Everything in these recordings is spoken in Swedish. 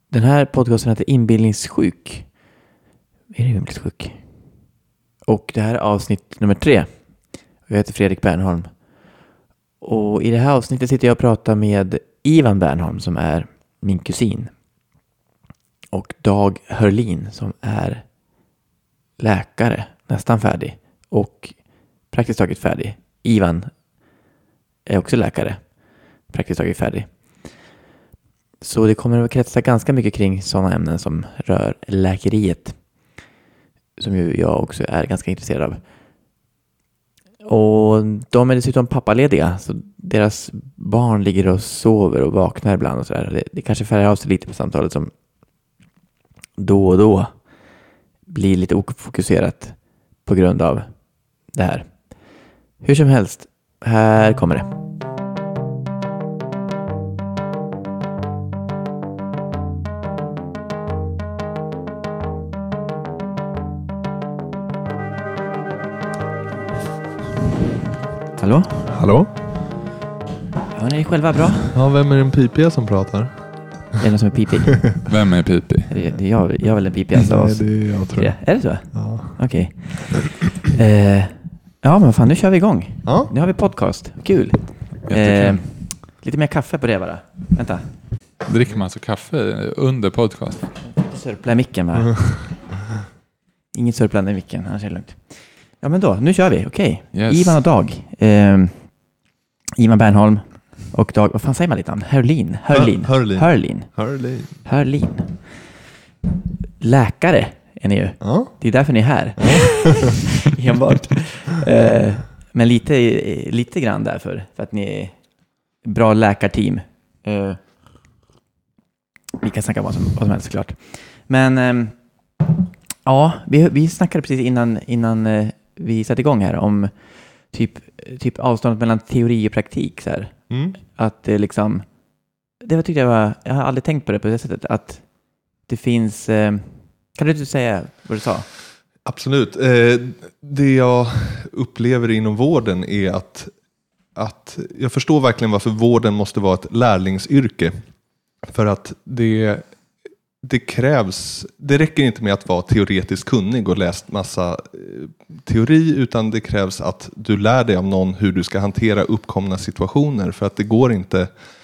Den här podcasten heter Inbildningssjuk. Är det Inbildningssjuk? Och det här är avsnitt nummer 3. Jag heter Fredrik Bernholm. Och i det här avsnittet sitter jag och pratar med Ivan Bernholm som är min kusin. Och Dag Hörlin som är läkare, nästan färdig. Och praktiskt taget färdig. Ivan är också läkare, praktiskt taget färdig. Så det kommer att kretsa ganska mycket kring sådana ämnen som rör läkeriet. Som ju jag också är ganska intresserad av. Och de är dessutom pappalediga. Så deras barn ligger och sover och vaknar ibland och sådär. Det kanske färgar av sig lite på samtalet som då och då blir lite ofokuserat på grund av det här. Hur som helst, här kommer det. Hallå? Hallå? Ja, ni är själva bra. Ja, vem är den pipiga som pratar? Är det någon som är pipig? Vem är pipig? Det är jag är väl den pipigaste av oss. Nej, det är jag tror jag. Är det så? Ja. Okej. Ja, men fan, nu kör vi igång. Ja. Nu har vi podcast. Kul. Lite mer kaffe på det bara. Vänta. Dricker man alltså kaffe under podcast? Sörpla i micken bara. Inget sörplande i micken, annars är det lugnt. Ja, men då, nu kör vi. Okej. Yes. Ivan och Dag. Ivan Bernholm och Dag, vad fan säger man lite om? Hörlin. Läkare är ni ju. Ja. Det är därför ni är här. Enbart. Men lite grann därför. För att ni är bra läkarteam. Vi kan snacka vad som helst såklart. Men ja, vi snackade precis innan vi satte igång här om typ avståndet mellan teori och praktik. Så här. Mm. Att det liksom... Jag har aldrig tänkt på det på det sättet. Att det finns... kan du inte säga vad du sa? Absolut. Det jag upplever inom vården är att jag förstår verkligen varför vården måste vara ett lärlingsyrke. För att det krävs, det räcker inte med att vara teoretiskt kunnig och läst massa teori, utan det krävs att du lär dig av någon hur du ska hantera uppkomna situationer, för att det går inte,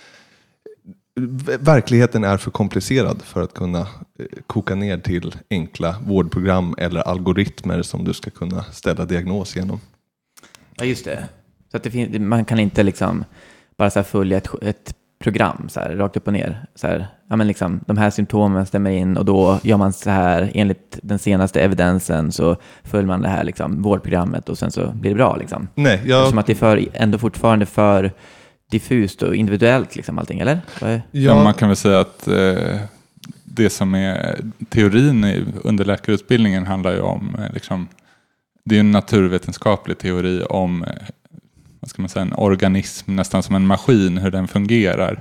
verkligheten är för komplicerad för att kunna koka ner till enkla vårdprogram eller algoritmer som du ska kunna ställa diagnos genom. Ja, just det. Så att man kan inte liksom bara så här följa ett program så här, rakt upp och ner. Så här, ja, men liksom, de här symptomen stämmer in och då gör man så här enligt den senaste evidensen, så följer man det här liksom, vårdprogrammet och sen så blir det bra. Liksom. Nej, som att det är ändå fortfarande för diffust och individuellt liksom, allting, eller? Ja, man kan väl säga att det som är teorin under läkarutbildningen handlar ju om liksom, det är en naturvetenskaplig teori om vad ska man säga, en organism, nästan som en maskin, hur den fungerar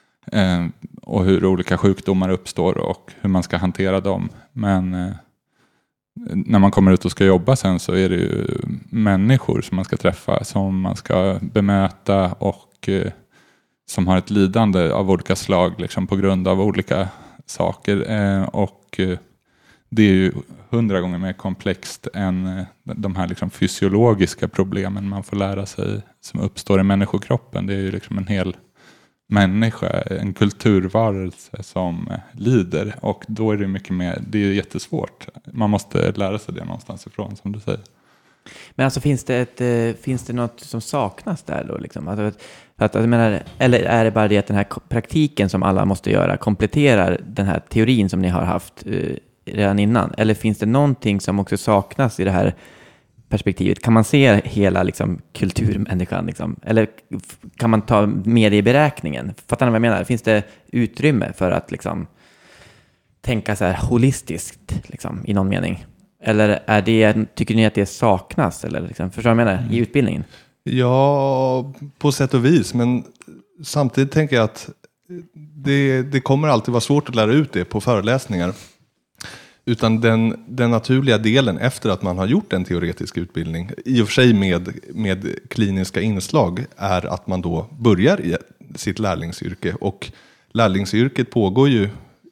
och hur olika sjukdomar uppstår och hur man ska hantera dem. Men när man kommer ut och ska jobba sen så är det ju människor som man ska träffa, som man ska bemöta och som har ett lidande av olika slag liksom, på grund av olika saker. Och det är ju 100 gånger mer komplext än de här liksom fysiologiska problemen man får lära sig som uppstår i människokroppen. Det är ju liksom en hel människa, en kulturvarelse som lider, och då är det mycket mer, det är jättesvårt. Man måste lära sig det någonstans ifrån, som du säger. Men alltså finns det något som saknas där då liksom? Alltså, jag menar, eller är det bara det att den här praktiken som alla måste göra kompletterar den här teorin som ni har haft redan innan? Eller finns det någonting som också saknas i det här perspektivet? Kan man se hela liksom, kulturmänniskan? Liksom? Eller kan man ta med det i beräkningen? Fattar ni vad jag menar? Finns det utrymme för att liksom, tänka så här holistiskt liksom, i någon mening? Eller tycker ni att det saknas? Eller liksom, förstår du vad jag menar? I utbildningen? Ja, på sätt och vis. Men samtidigt tänker jag att det kommer alltid vara svårt att lära ut det på föreläsningar. Utan den naturliga delen efter att man har gjort en teoretisk utbildning, i och för sig med kliniska inslag, är att man då börjar i sitt lärlingsyrke. Och lärlingsyrket pågår ju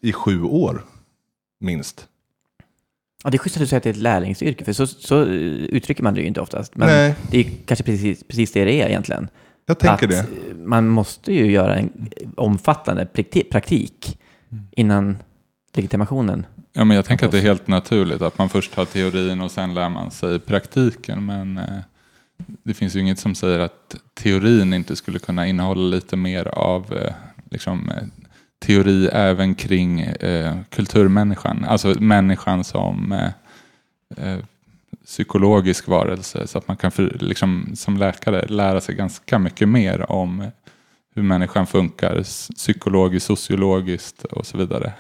i 7 år, minst. Ja, det är schysst att du säger att det är ett lärlingsyrke, för så uttrycker man det ju inte oftast. Men Nej. det är kanske precis det är egentligen. Jag tänker att det. Man måste ju göra en omfattande praktik innan legitimationen. Ja, men jag tänker att det är helt naturligt att man först har teorin och sen lär man sig praktiken. Men det finns ju inget som säger att teorin inte skulle kunna innehålla lite mer av teori även kring kulturmänniskan. Alltså människan som psykologisk varelse. Så att man kan som läkare lära sig ganska mycket mer om hur människan funkar psykologiskt, sociologiskt och så vidare.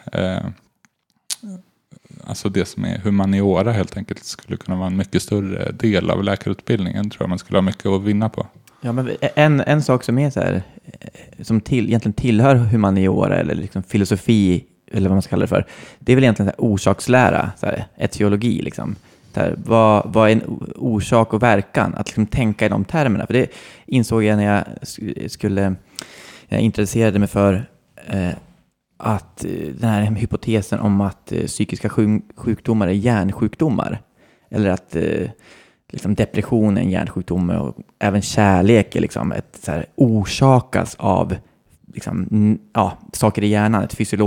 Alltså det som är humaniora helt enkelt skulle kunna vara en mycket större del av läkarutbildningen, tror jag man skulle ha mycket att vinna på. Ja, men en sak som är så här, som egentligen tillhör humaniora eller liksom filosofi eller vad man ska kalla det för, det är väl egentligen så här orsakslära, så här, etiologi liksom. Här, vad är en orsak och verkan? Att liksom tänka i de termerna. För det insåg jag när jag intresserade mig för att den här hypotesen om att psykiska sjukdomar är hjärnsjukdomar. Eller att liksom depression är en hjärnsjukdom och även kärlek är liksom så här, orsakas av liksom, saker i hjärnan.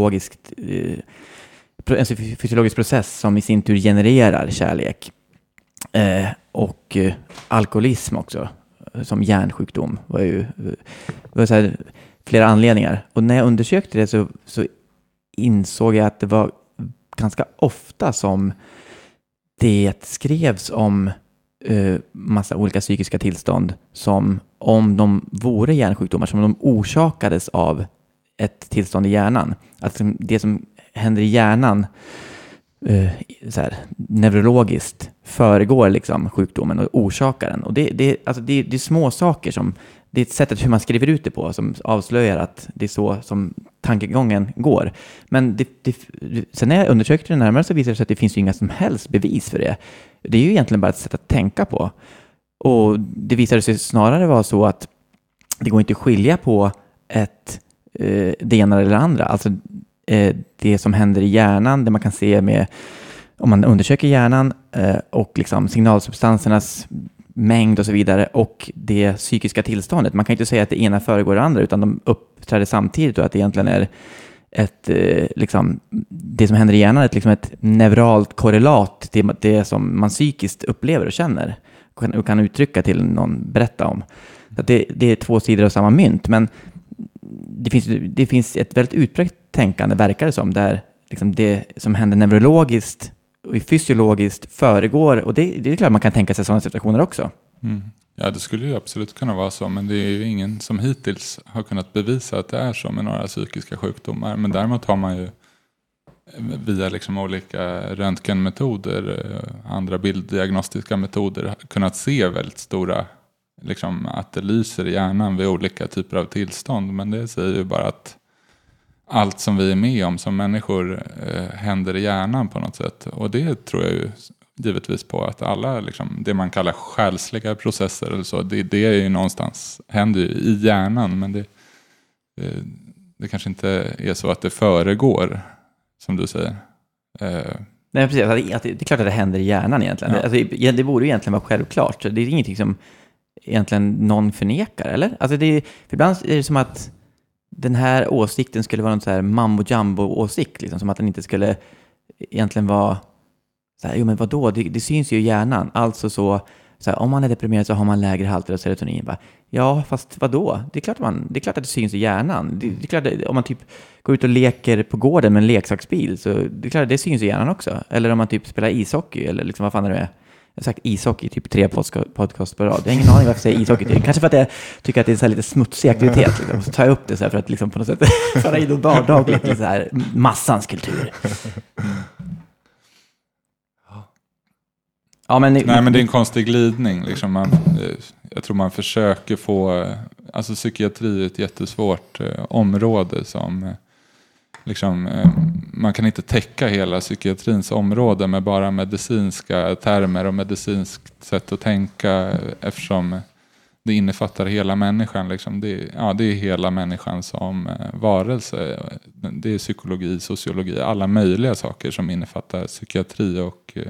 En fysiologisk process som i sin tur genererar kärlek. Och alkoholism också som hjärnsjukdom var så här, flera anledningar. Och när jag undersökte det så insåg jag att det var ganska ofta som det skrevs om massa olika psykiska tillstånd som om de vore hjärnsjukdomar, som de orsakades av ett tillstånd i hjärnan. Alltså det som händer i hjärnan så här, neurologiskt föregår liksom sjukdomen och orsakar den. Och det är små saker som, det är ett sättet hur man skriver ut det på som avslöjar att det är så som tankegången går. Men sen när jag undersökte det närmare så visade det sig att det finns ju inga som helst bevis för det. Det är ju egentligen bara ett sätt att tänka på. Och det visade sig snarare vara så att det går inte att skilja på det ena eller det andra. Alltså det som händer i hjärnan, det man kan se med, om man undersöker hjärnan och liksom signalsubstansernas mängd och så vidare, och det psykiska tillståndet. Man kan inte säga att det ena föregår det andra, utan de uppträder samtidigt, och att det egentligen är det som händer i hjärnan är ett neuralt korrelat till det som man psykiskt upplever och känner och kan uttrycka till någon, berätta om. Så att det är två sidor av samma mynt, men det finns ett väldigt utbrett tänkande, verkar det som, där liksom det som händer neurologiskt och fysiologiskt föregår, och det är klart man kan tänka sig sådana situationer också. Mm. Ja, det skulle ju absolut kunna vara så, men det är ju ingen som hittills har kunnat bevisa att det är så med några psykiska sjukdomar. Men däremot har man ju via olika röntgenmetoder, andra bilddiagnostiska metoder kunnat se väldigt stora, att det lyser i hjärnan vid olika typer av tillstånd. Men det säger ju bara att allt som vi är med om som människor händer i hjärnan på något sätt. Och det tror jag ju givetvis på att alla det man kallar själsliga processer eller så, det är ju någonstans, händer ju i hjärnan, men det kanske inte är så att det föregår, som du säger. Nej, precis. Det är klart att det händer i hjärnan egentligen. Ja. Alltså, det borde ju egentligen vara självklart. Det är ingenting som egentligen någon förnekar, eller? Alltså för ibland är det som att den här åsikten skulle vara någon så här mambo-jumbo-åsikt, som att den inte skulle egentligen vara så här, jo men vadå, det syns ju i hjärnan. Alltså så här, om man är deprimerad så har man lägre halter av serotonin. Ja, fast vadå? Det är klart att det syns i hjärnan. Det är klart att om man typ går ut och leker på gården med en leksaksbil, så det är klart att det syns i hjärnan också. Eller om man typ spelar ishockey, eller vad fan är det är. Jag har sagt ishockey typ 3 podcast på rad. Jag har ingen aning varför jag säger ishockey till. Kanske för att jag tycker att det är så här lite smutsig aktivitet. Så tar jag upp det så här för att på något sätt föra in vardagligt i så här massans kultur. Ja, men det är en konstig glidning. Jag tror man försöker få... Alltså psykiatri är ett jättesvårt område som... man kan inte täcka hela psykiatrins område med bara medicinska termer och medicinskt sätt att tänka, eftersom det innefattar hela människan. Liksom. Det är hela människan som varelse. Det är psykologi, sociologi, alla möjliga saker som innefattar psykiatri.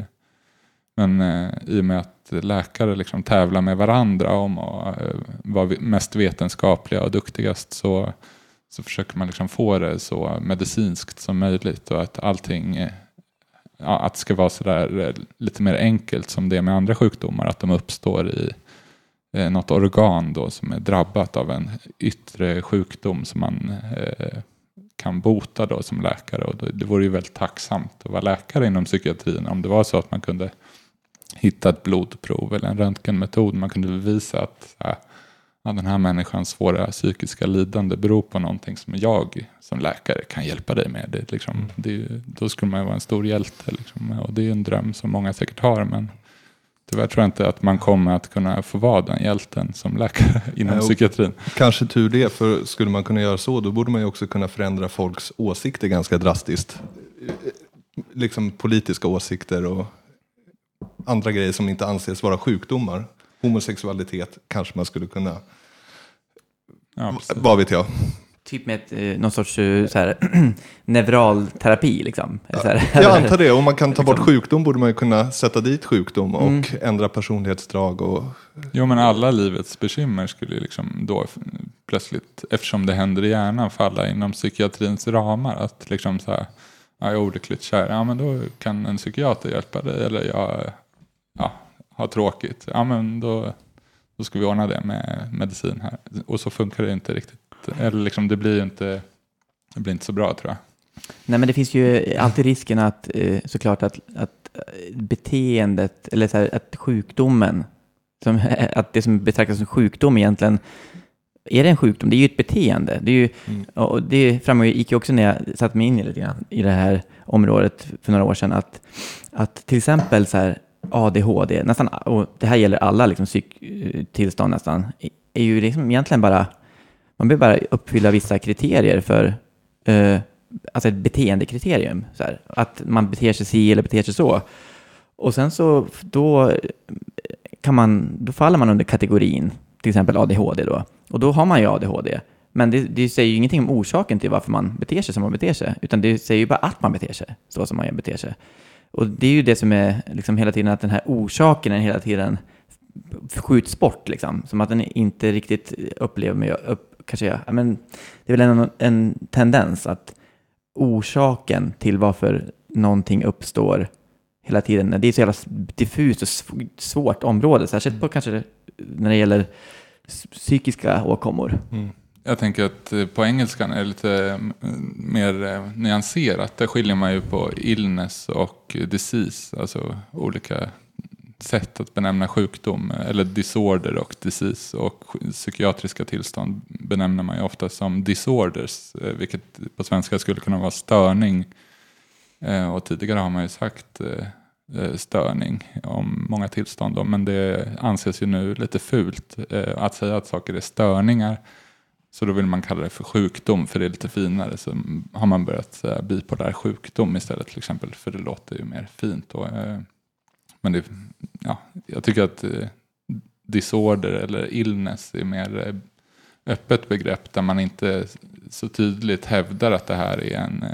Men i och med att läkare liksom tävlar med varandra om att vara mest vetenskapliga och duktigast så försöker man liksom få det så medicinskt som möjligt. Och att allting... att det ska vara så där lite mer enkelt som det är med andra sjukdomar. Att de uppstår i något organ då som är drabbat av en yttre sjukdom som man kan bota då som läkare. Och det vore ju väldigt tacksamt att vara läkare inom psykiatrin om det var så att man kunde hitta ett blodprov eller en röntgenmetod. Man kunde bevisa att den här människans svåra psykiska lidande beror på någonting som jag som läkare kan hjälpa dig med. Då skulle man ju vara en stor hjälte. Liksom. Och det är en dröm som många säkert har, men tyvärr tror jag inte att man kommer att kunna få vara den hjälten som läkare inom psykiatrin. Kanske tur det, för skulle man kunna göra så, då borde man ju också kunna förändra folks åsikter ganska drastiskt. Liksom politiska åsikter och andra grejer som inte anses vara sjukdomar. Homosexualitet kanske man skulle kunna... Ja, vad vet jag? Typ med någon sorts så här, neuralterapi liksom. Ja, så här. Jag antar det. Om man kan ta bort sjukdom borde man ju kunna sätta dit sjukdom och ändra personlighetsdrag. Jo, men alla livets bekymmer skulle liksom då plötsligt, eftersom det händer i hjärnan, falla inom psykiatrins ramar. Att liksom så här, jag är olyckligt kär, men då kan en psykiater hjälpa dig. Eller jag har tråkigt, men då ska vi ordna det med medicin här. Och så funkar det inte riktigt. Eller liksom, det blir inte så bra, tror jag. Nej, men det finns ju alltid risken att såklart att beteendet, eller så här, att sjukdomen, att det som betraktas som sjukdom egentligen, är det en sjukdom? Det är ju ett beteende. Det är ju, och det framgick ju också när jag satt mig in lite grann i det här området för några år sedan, att till exempel så här ADHD, nästan, och det här gäller alla liksom psyktillstånd nästan, är ju liksom egentligen bara, man behöver bara uppfylla vissa kriterier för alltså ett beteendekriterium, så här, att man beter sig si eller beter sig så, och sen så då faller man under kategorin till exempel ADHD då, och då har man ju ADHD, men det säger ju ingenting om orsaken till varför man beter sig som man beter sig, utan det säger ju bara att man beter sig så som man beter sig. Och det är ju det som är liksom hela tiden, att den här orsaken är hela tiden skjuts bort liksom, som att den inte riktigt upplever mig kanske men det är väl en tendens att orsaken till varför någonting uppstår hela tiden, det är så jävla diffust och svårt område, särskilt på kanske när det gäller psykiska åkommor. Jag tänker att på engelskan är det lite mer nyanserat. Där skiljer man ju på illness och disease, alltså olika sätt att benämna sjukdom, eller disorder och disease, och psykiatriska tillstånd benämner man ju ofta som disorders, vilket på svenska skulle kunna vara störning, och tidigare har man ju sagt störning om många tillstånd då, men det anses ju nu lite fult att säga att saker är störningar, så då vill man kalla det för sjukdom, för det är lite finare. Så har man börjat säga bipolär sjukdom istället till exempel, för det låter ju mer fint då. Men jag tycker att disorder eller illness är mer öppet begrepp, där man inte så tydligt hävdar att det här är en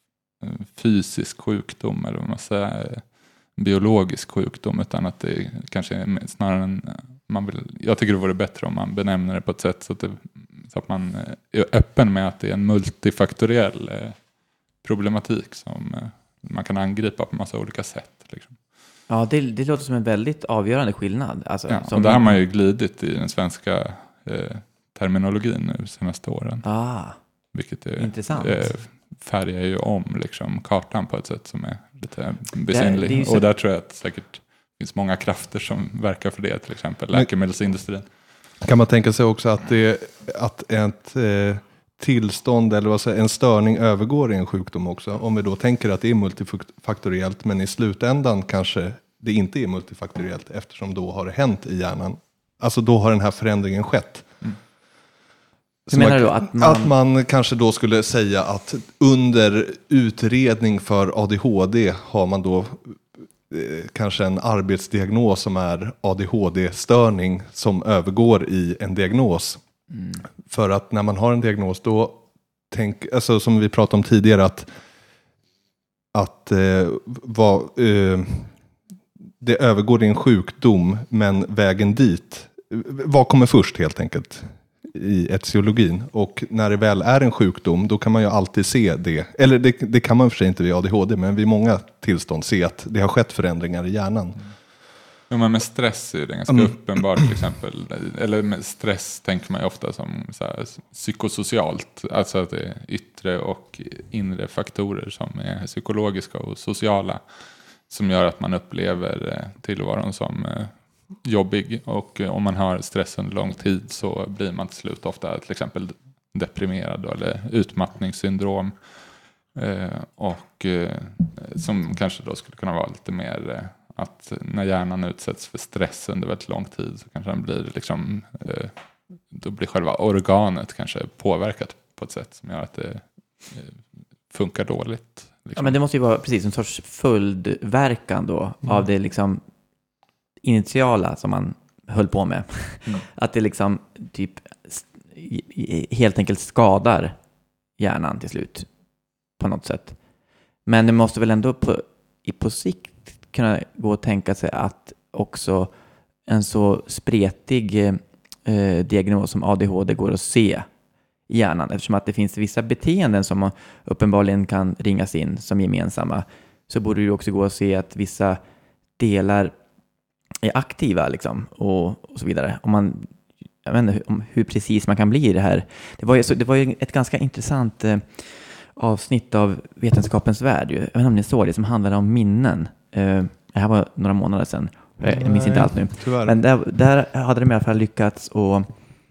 fysisk sjukdom eller vad man säger, biologisk sjukdom, utan att det kanske är snarare jag tycker det vore bättre om man benämner det på ett sätt så att man är öppen med att det är en multifaktoriell problematik som man kan angripa på massa olika sätt. Liksom. Ja, det låter som en väldigt avgörande skillnad. Alltså, och där har man ju glidit i den svenska terminologin nu senaste åren. Vilket är intressant. Färgar ju om liksom kartan på ett sätt som är lite besynlig. Och där tror jag att säkert finns många krafter som verkar för det, till exempel läkemedelsindustrin. Kan man tänka sig också att ett tillstånd eller en störning övergår i en sjukdom också? Om vi då tänker att det är multifaktoriellt, men i slutändan kanske det inte är multifaktoriellt, eftersom då har det hänt i hjärnan. Alltså då har den här förändringen skett. Så menar du att man kanske då skulle säga att under utredning för ADHD har man då kanske en arbetsdiagnos som är ADHD-störning som övergår i en diagnos. För att när man har en diagnos då alltså som vi pratade om tidigare att det övergår i en sjukdom men vägen dit, vad kommer först helt enkelt i etiologin, och när det väl är en sjukdom då kan man ju alltid se det, eller det kan man för sig inte vid ADHD, men vid många tillstånd se att det har skett förändringar i hjärnan. Ja, men med stress är det ganska uppenbart till exempel. Eller med stress tänker man ju ofta som så här, psykosocialt. Alltså att det är yttre och inre faktorer som är psykologiska och sociala. Som gör att man upplever tillvaron som jobbig. Och om man har stress under lång tid så blir man till slut ofta till exempel deprimerad eller utmattningssyndrom. Och som kanske då skulle kunna vara lite mer... att när hjärnan utsätts för stress under väldigt lång tid så kanske den blir liksom, då blir själva organet kanske påverkat på ett sätt som gör att det funkar dåligt. Liksom. Ja, men det måste ju vara precis en sorts följdverkan då av det liksom initiala som man höll på med. Att det liksom typ helt enkelt skadar hjärnan till slut på något sätt. Men det måste väl ändå på sikt kunna gå att tänka sig att också en så spretig diagnos som ADHD går att se i hjärnan. Eftersom att det finns vissa beteenden som uppenbarligen kan ringas in som gemensamma, så borde det också gå att se att vissa delar är aktiva liksom, och så vidare. Jag vet inte om hur precis man kan bli i det här. Det var ju ett ganska intressant avsnitt av Vetenskapens värld. Jag vet inte om ni såg det, som handlade om minnen. Det här var några månader sedan. Jag minns inte allt nu. Tyvärr. Men där hade de i alla fall lyckats att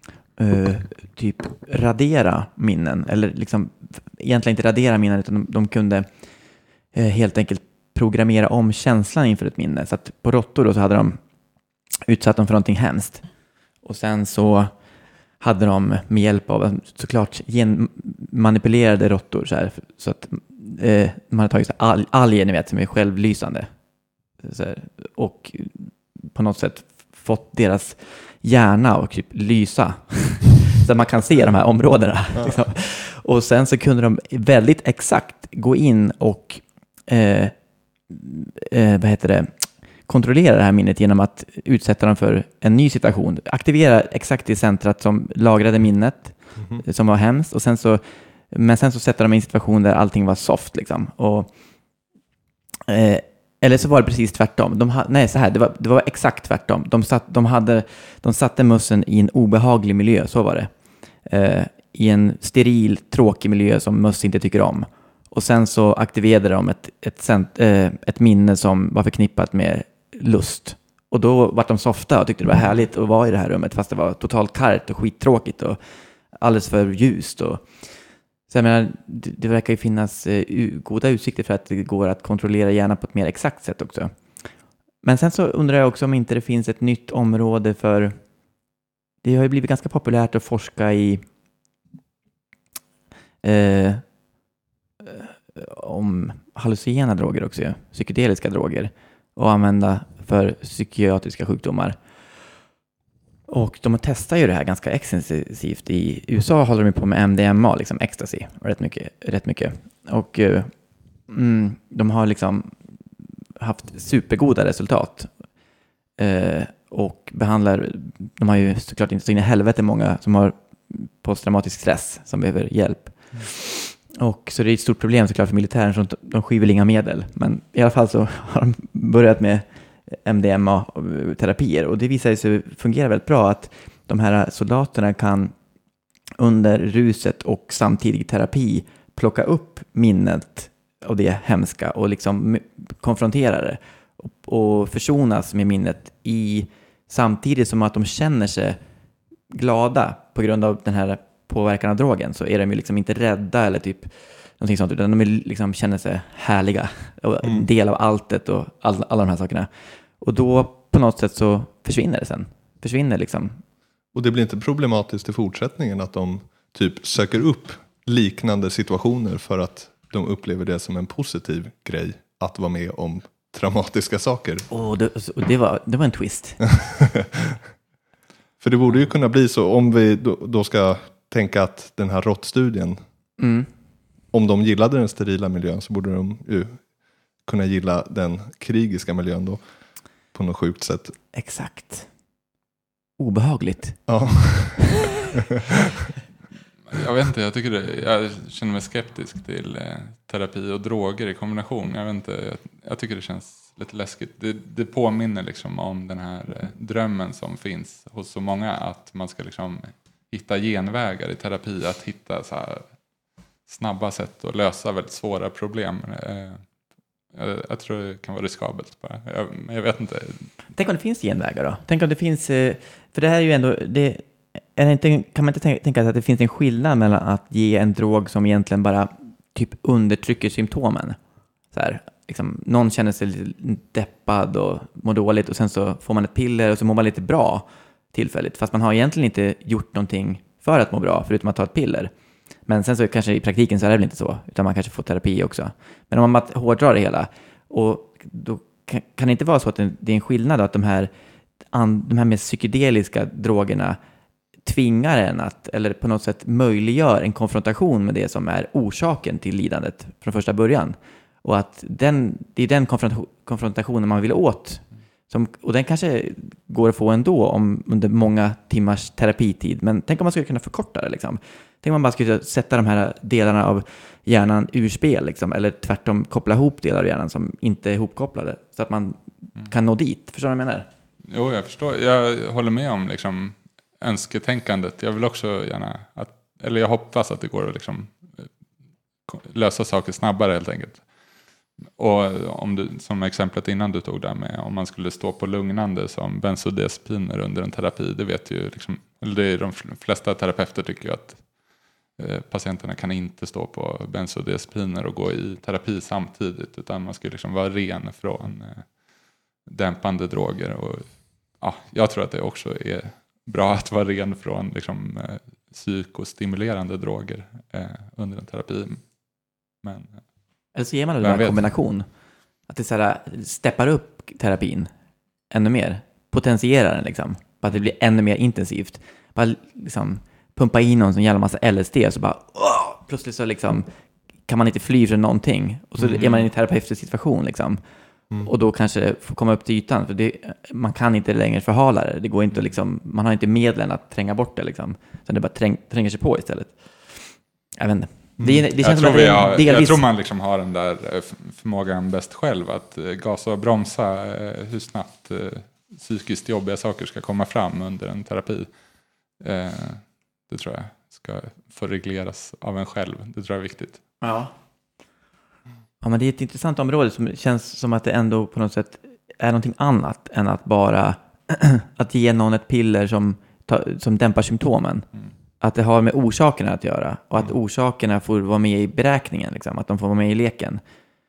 typ radera minnen. Eller liksom, egentligen inte radera minnen, utan de kunde helt enkelt programmera om känslan inför ett minne. Så att på råttor då så hade de utsatt dem för någonting hemskt. Och sen så hade de med hjälp av såklart genmanipulerade råttor så att man hade tagit alger, ni vet, som är självlysande. Så här, och på något sätt fått deras hjärna och typ lysa. Så att man kan se de här områdena. Liksom. Och sen så kunde de väldigt exakt gå in och kontrollera det här minnet genom att utsätta dem för en ny situation. Aktivera exakt det centrat som lagrade minnet som var hemskt. Och sen så sätter de i en situation där allting var soft. Liksom. Och, eller så var det precis tvärtom. Det var exakt tvärtom. De satte mössen i en obehaglig miljö, så var det. I en steril, tråkig miljö som möss inte tycker om. Och sen så aktiverade de ett minne som var förknippat med lust. Och då var de softa och tyckte det var härligt att vara i det här rummet, fast det var totalt kargt och skittråkigt och alldeles för ljust. Så jag menar, det verkar ju finnas goda utsikter för att det går att kontrollera hjärnan på ett mer exakt sätt också. Men sen så undrar jag också om inte det finns ett nytt område för... Det har ju blivit ganska populärt att forska i om hallucinogena droger också, psykedeliska droger, och använda för psykiatriska sjukdomar. Och de testar ju det här ganska extensivt. I USA håller de på med MDMA, liksom ecstasy, rätt mycket. Och de har liksom haft supergoda resultat. Och de har ju såklart inte så in i helvete många som har posttraumatisk stress som behöver hjälp. Och så det är ett stort problem såklart för militären, så de skyver inga medel. Men i alla fall så har de börjat med MDMA-terapier. Och det visar sig fungera väldigt bra att de här soldaterna kan under ruset och samtidig terapi plocka upp minnet av det hemska och liksom konfrontera det. Och försonas med minnet samtidigt som att de känner sig glada på grund av den här påverkan av drogen, så är de ju liksom inte rädda eller typ någonting sånt, utan de liksom känner sig härliga och en del av alltet och alla de här sakerna. Och då på något sätt så försvinner liksom. Och det blir inte problematiskt i fortsättningen att de typ söker upp liknande situationer för att de upplever det som en positiv grej att vara med om traumatiska saker. Det var en twist. För det borde ju kunna bli så om vi då ska tänka att den här råttstudien, om de gillade den sterila miljön så borde de ju kunna gilla den krigiska miljön då på något sjukt sätt. Exakt. Obehagligt. Ja. Jag vet inte, jag känner mig skeptisk till terapi och droger i kombination. Jag vet inte, jag tycker det känns lite läskigt. Det påminner liksom om den här drömmen som finns hos så många, att man ska liksom hitta genvägar i terapi, att hitta så här snabba sätt att lösa väldigt svåra problem. Jag tror det kan vara riskabelt bara. Jag vet inte. Tänk om det finns genvägar då? Tänk om det finns, för det här är ju ändå, kan man inte tänka sig att det finns en skillnad mellan att ge en drog som egentligen bara typ undertrycker symptomen? Så här, liksom, någon känner sig lite deppad och mår dåligt och sen så får man ett piller och så mår man lite bra tillfälligt. Fast man har egentligen inte gjort någonting för att må bra förutom att ta ett piller. Men sen så kanske i praktiken så är det väl inte så, utan man kanske får terapi också. Men om man hårdrar det hela, och då kan det inte vara så att det är en skillnad att de här med psykedeliska drogerna tvingar en att, eller på något sätt möjliggör en konfrontation med det som är orsaken till lidandet från första början. Och att det är den konfrontationen man vill åt. Och den kanske går att få ändå under många timmars terapitid. Men tänk om man skulle kunna förkorta det. Liksom. Tänk om man bara skulle sätta de här delarna av hjärnan ur spel. Liksom, eller tvärtom koppla ihop delar av hjärnan som inte är ihopkopplade. Så att man kan nå dit. Förstår du vad jag menar? Jo, jag förstår. Jag håller med om liksom önsketänkandet. Jag vill också gärna jag hoppas att det går att liksom lösa saker snabbare helt enkelt. Och som exemplet innan du tog där med om man skulle stå på lugnande som bensodiazepiner under en terapi, det vet ju liksom, eller det är de flesta terapeuter tycker ju att patienterna kan inte stå på bensodiazepiner och gå i terapi samtidigt, utan man ska liksom vara ren från dämpande droger. Och jag tror att det också är bra att vara ren från liksom psykostimulerande droger under en terapi. Men eller så ger man det en kombination. Att det så här steppar upp terapin ännu mer. Potentierar den liksom. Bara att det blir ännu mer intensivt. Bara liksom pumpa in någon som jävla massa LSD så bara plötsligt så liksom kan man inte fly från någonting. Och så är man i en terapeutisk situation liksom. Och då kanske får komma upp till ytan. För man kan inte längre förhala det. Det går inte liksom, man har inte medlen att tränga bort det liksom. Så det bara tränger sig på istället. Jag vet inte. Det känns jag tror man liksom har den där förmågan bäst själv att gasa och bromsa hur snabbt psykiskt jobbiga saker ska komma fram under en terapi. Det tror jag ska få regleras av en själv. Det tror jag är viktigt. Ja, men det är ett intressant område som känns som att det ändå på något sätt är någonting annat än att bara att ge någon ett piller som dämpar symptomen. Att det har med orsakerna att göra. Och att orsakerna får vara med i beräkningen. Liksom, att de får vara med i leken.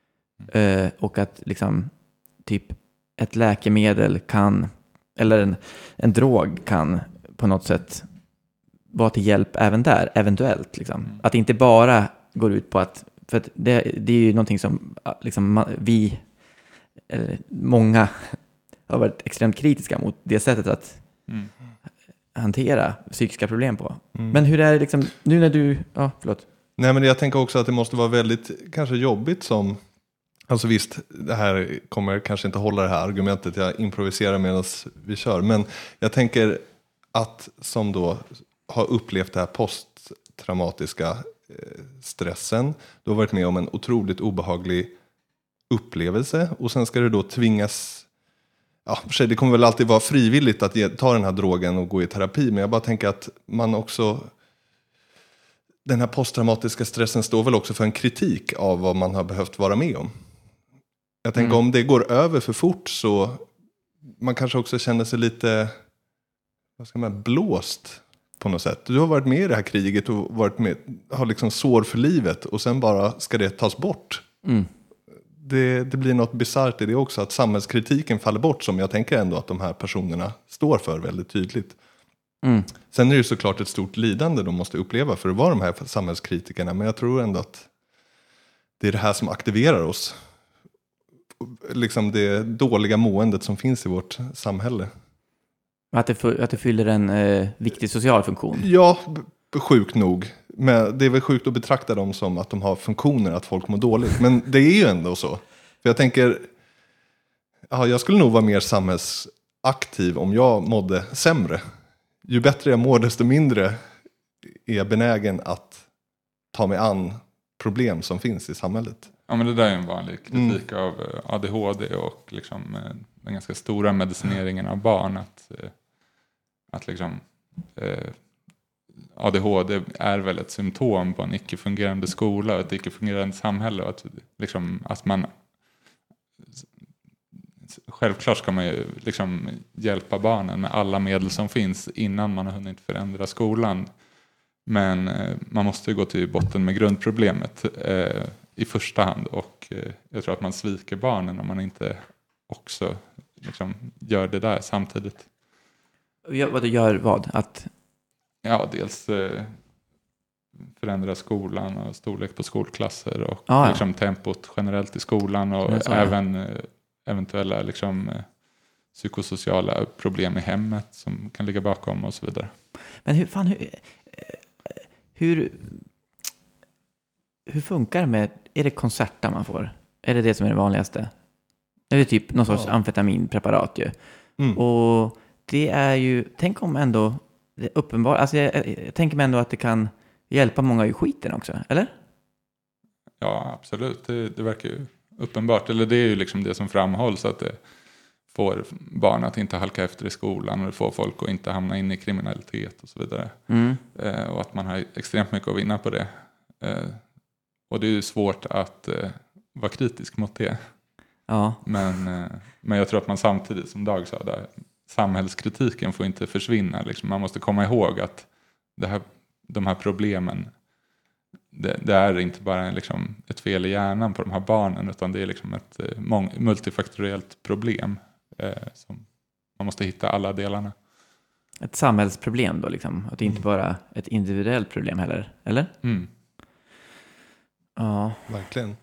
Och att liksom, typ ett läkemedel kan, eller en drog kan på något sätt vara till hjälp även där, eventuellt. Liksom. Att det inte bara går ut på att, för att det är ju någonting som liksom, många har varit extremt kritiska mot det sättet att hantera psykiska problem på. Men hur är det liksom, nu när du, förlåt. Nej, men jag tänker också att det måste vara väldigt kanske jobbigt som, alltså visst, det här kommer kanske inte hålla det här argumentet, jag improviserar medan vi kör, men jag tänker att som då har upplevt det här posttraumatiska stressen, du har varit med om en otroligt obehaglig upplevelse och sen ska du då tvingas, för sig, det kommer väl alltid vara frivilligt att ta den här drogen och gå i terapi, men jag bara tänker att man också, den här posttraumatiska stressen står väl också för en kritik av vad man har behövt vara med om. Jag tänker om det går över för fort så man kanske också känner sig lite, vad ska man, blåst på något sätt. Du har varit med i det här kriget och varit med, har liksom sår för livet och sen bara ska det tas bort. Det blir något bizarrt i det också, att samhällskritiken faller bort, som jag tänker ändå att de här personerna står för väldigt tydligt. Sen är det ju såklart ett stort lidande de måste uppleva för att vara de här samhällskritikerna, men jag tror ändå att det är det här som aktiverar oss liksom det dåliga måendet som finns i vårt samhälle. Att det fyller en viktig social funktion. Ja, sjukt nog. Men det är väl sjukt att betrakta dem som att de har funktioner, att folk mår dåligt. Men det är ju ändå så. För jag tänker, jag skulle nog vara mer samhällsaktiv om jag mådde sämre. Ju bättre jag mår, desto mindre är jag benägen att ta mig an problem som finns i samhället. Ja, men det där är en vanlig kritik av ADHD och liksom den ganska stora medicineringen av barn. Att liksom, ADHD är väl ett symptom på en icke-fungerande skola och ett icke-fungerande samhälle. Och att man självklart ska man ju liksom hjälpa barnen med alla medel som finns innan man har hunnit förändra skolan. Men man måste ju gå till botten med grundproblemet i första hand. Och jag tror att man sviker barnen om man inte också liksom gör det där samtidigt. Vad du gör vad? Ja, dels förändra skolan och storlek på skolklasser och liksom tempot generellt i skolan och även eventuella liksom, psykosociala problem i hemmet som kan ligga bakom och så vidare. Men hur funkar det med, är det Concerta man får? Är det som är det vanligaste? Det är typ någon sorts amfetaminpreparat ju. Och det är ju, tänk om ändå det är uppenbart, alltså jag tänker mig ändå att det kan hjälpa många i skiten också, eller? Ja, absolut. Det verkar ju uppenbart. Eller det är ju liksom det som framhålls, att det får barn att inte halka efter i skolan och det får folk att inte hamna in i kriminalitet och så vidare. Och att man har extremt mycket att vinna på det. Och det är ju svårt att vara kritisk mot det. Ja. Men jag tror att man samtidigt, som Dag sa där, samhällskritiken får inte försvinna. Liksom. Man måste komma ihåg att de här problemen, det är inte bara liksom ett fel i hjärnan på de här barnen, utan det är liksom ett multifaktoriellt problem som man måste hitta alla delarna. Ett samhällsproblem då liksom, att det inte bara ett individuellt problem heller, eller? Ja. Verkligen.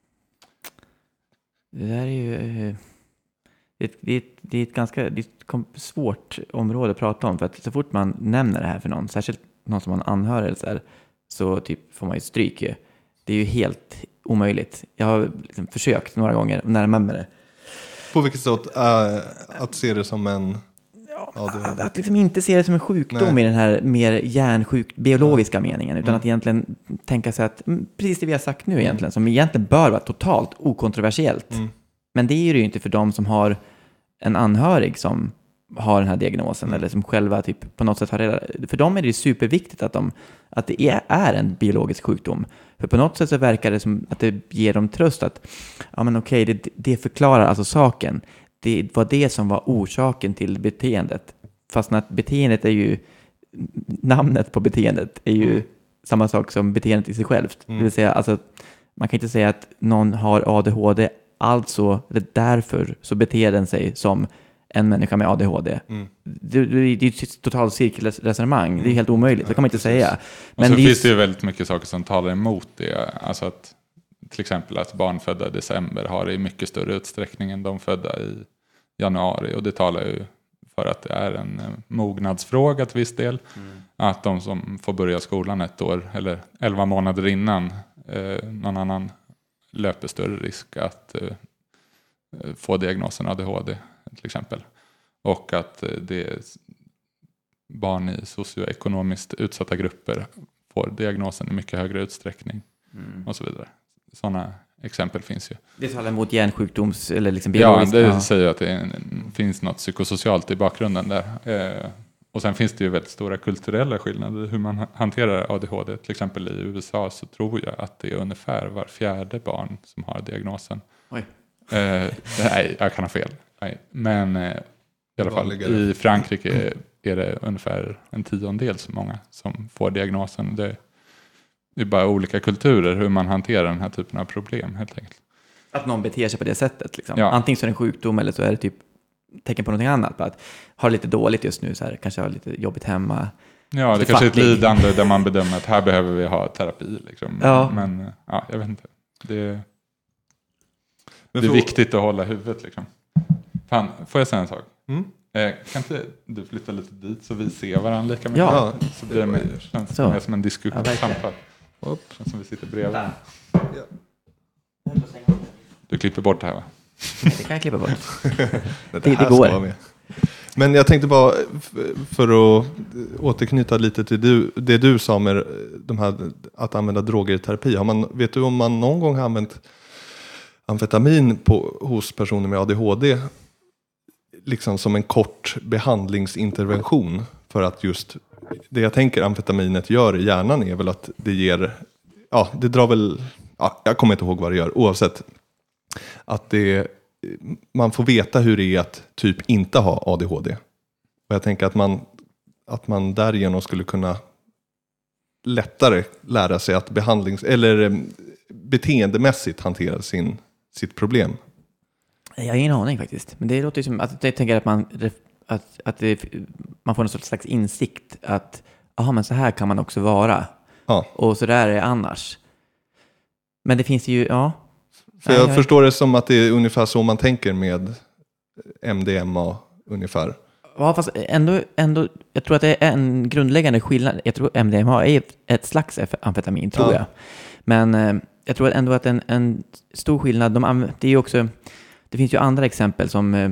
Det där är ju det är ett ganska svårt område att prata om, för att så fort man nämner det här för någon, särskilt någon som har en anhörig så typ får man ju stryk ju. Det är ju helt omöjligt. Jag har liksom försökt några gånger närma mig det. På vilket sätt att se det som en... Att liksom inte se det som en sjukdom i den här mer hjärnsjuk biologiska meningen, utan att egentligen tänka sig att precis det vi har sagt nu egentligen, som egentligen bör vara totalt okontroversiellt. Men det är ju inte för dem som har en anhörig som har den här diagnosen eller som själva typ på något sätt har redan, för dem är det ju superviktigt att det är en biologisk sjukdom. För på något sätt så verkar det som att det ger dem tröst att ja men okej, det förklarar alltså saken. Det var det som var orsaken till beteendet. Fast att beteendet är ju, namnet på beteendet är ju samma sak som beteendet i sig självt. Det vill säga, alltså, man kan inte säga att någon har ADHD, alltså därför så beter den sig som en människa med ADHD. Det är ett totalt cirkelresonemang. Det är helt omöjligt, det kan man inte säga. Men så finns det ju väldigt mycket saker som talar emot det. Alltså att till exempel att barn födda i december har det i mycket större utsträckning än de födda i januari. Och det talar ju för att det är en mognadsfråga till viss del. Att de som får börja skolan ett år eller 11 månader innan någon annan löper större risk att få diagnosen ADHD till exempel. Och att barn i socioekonomiskt utsatta grupper får diagnosen i mycket högre utsträckning och så vidare. Sådana exempel finns ju. Det talar emot hjärnsjukdoms eller liksom biologiskt. Ja, det säger att det finns något psykosocialt i bakgrunden där. Och sen finns det ju väldigt stora kulturella skillnader hur man hanterar ADHD. Till exempel i USA så tror jag att det är ungefär var 4:e barn som har diagnosen. Oj. Nej, jag kan ha fel. Nej. Men i alla fall i Frankrike är det ungefär 1/10 så många som får diagnosen. Det är bara olika kulturer hur man hanterar den här typen av problem helt enkelt. Att någon beter sig på det sättet liksom. Ja. Antingen så är det en sjukdom eller så är det typ tecken på någonting annat. Att ha lite dåligt just nu, så här, kanske ha lite jobbigt hemma. Ja, det kanske är ett lidande där man bedömer att här behöver vi ha terapi. Liksom. Ja. Men ja, jag vet inte. det är viktigt att hålla huvudet liksom. Fan, får jag säga en sak? Kan inte du flytta lite dit så vi ser varandra lika mycket? Ja. Så blir det känns mer som en diskussion. Samtal. Känns som vi sitter bredvid. Ja. Du klipper bort det här va? Det kan jag klippa bort. Det går. Men jag tänkte bara, för att återknyta lite till det du sa med de här, att använda droger i terapi. Vet du om man någon gång har använt amfetamin hos personer med ADHD liksom som en kort behandlingsintervention? För att just det jag tänker amfetaminet gör i hjärnan är väl att det ger, det drar väl, jag kommer inte ihåg vad det gör, oavsett att man får veta hur det är att typ inte ha ADHD. Och jag tänker att man därigenom skulle kunna lättare lära sig att eller beteendemässigt hantera sitt problem. Jag har ingen aning faktiskt. Men det låter ju som att jag tänker att man får någon slags insikt att men så här kan man också vara. Ja. Och så där är det annars. Men det finns ju, För jag förstår det som att det är ungefär så man tänker med MDMA ungefär. Ja, fast ändå, jag tror att det är en grundläggande skillnad. Jag tror MDMA är ett slags amfetamin, tror jag. Men jag tror ändå att en stor skillnad, det är ju också, det finns ju andra exempel som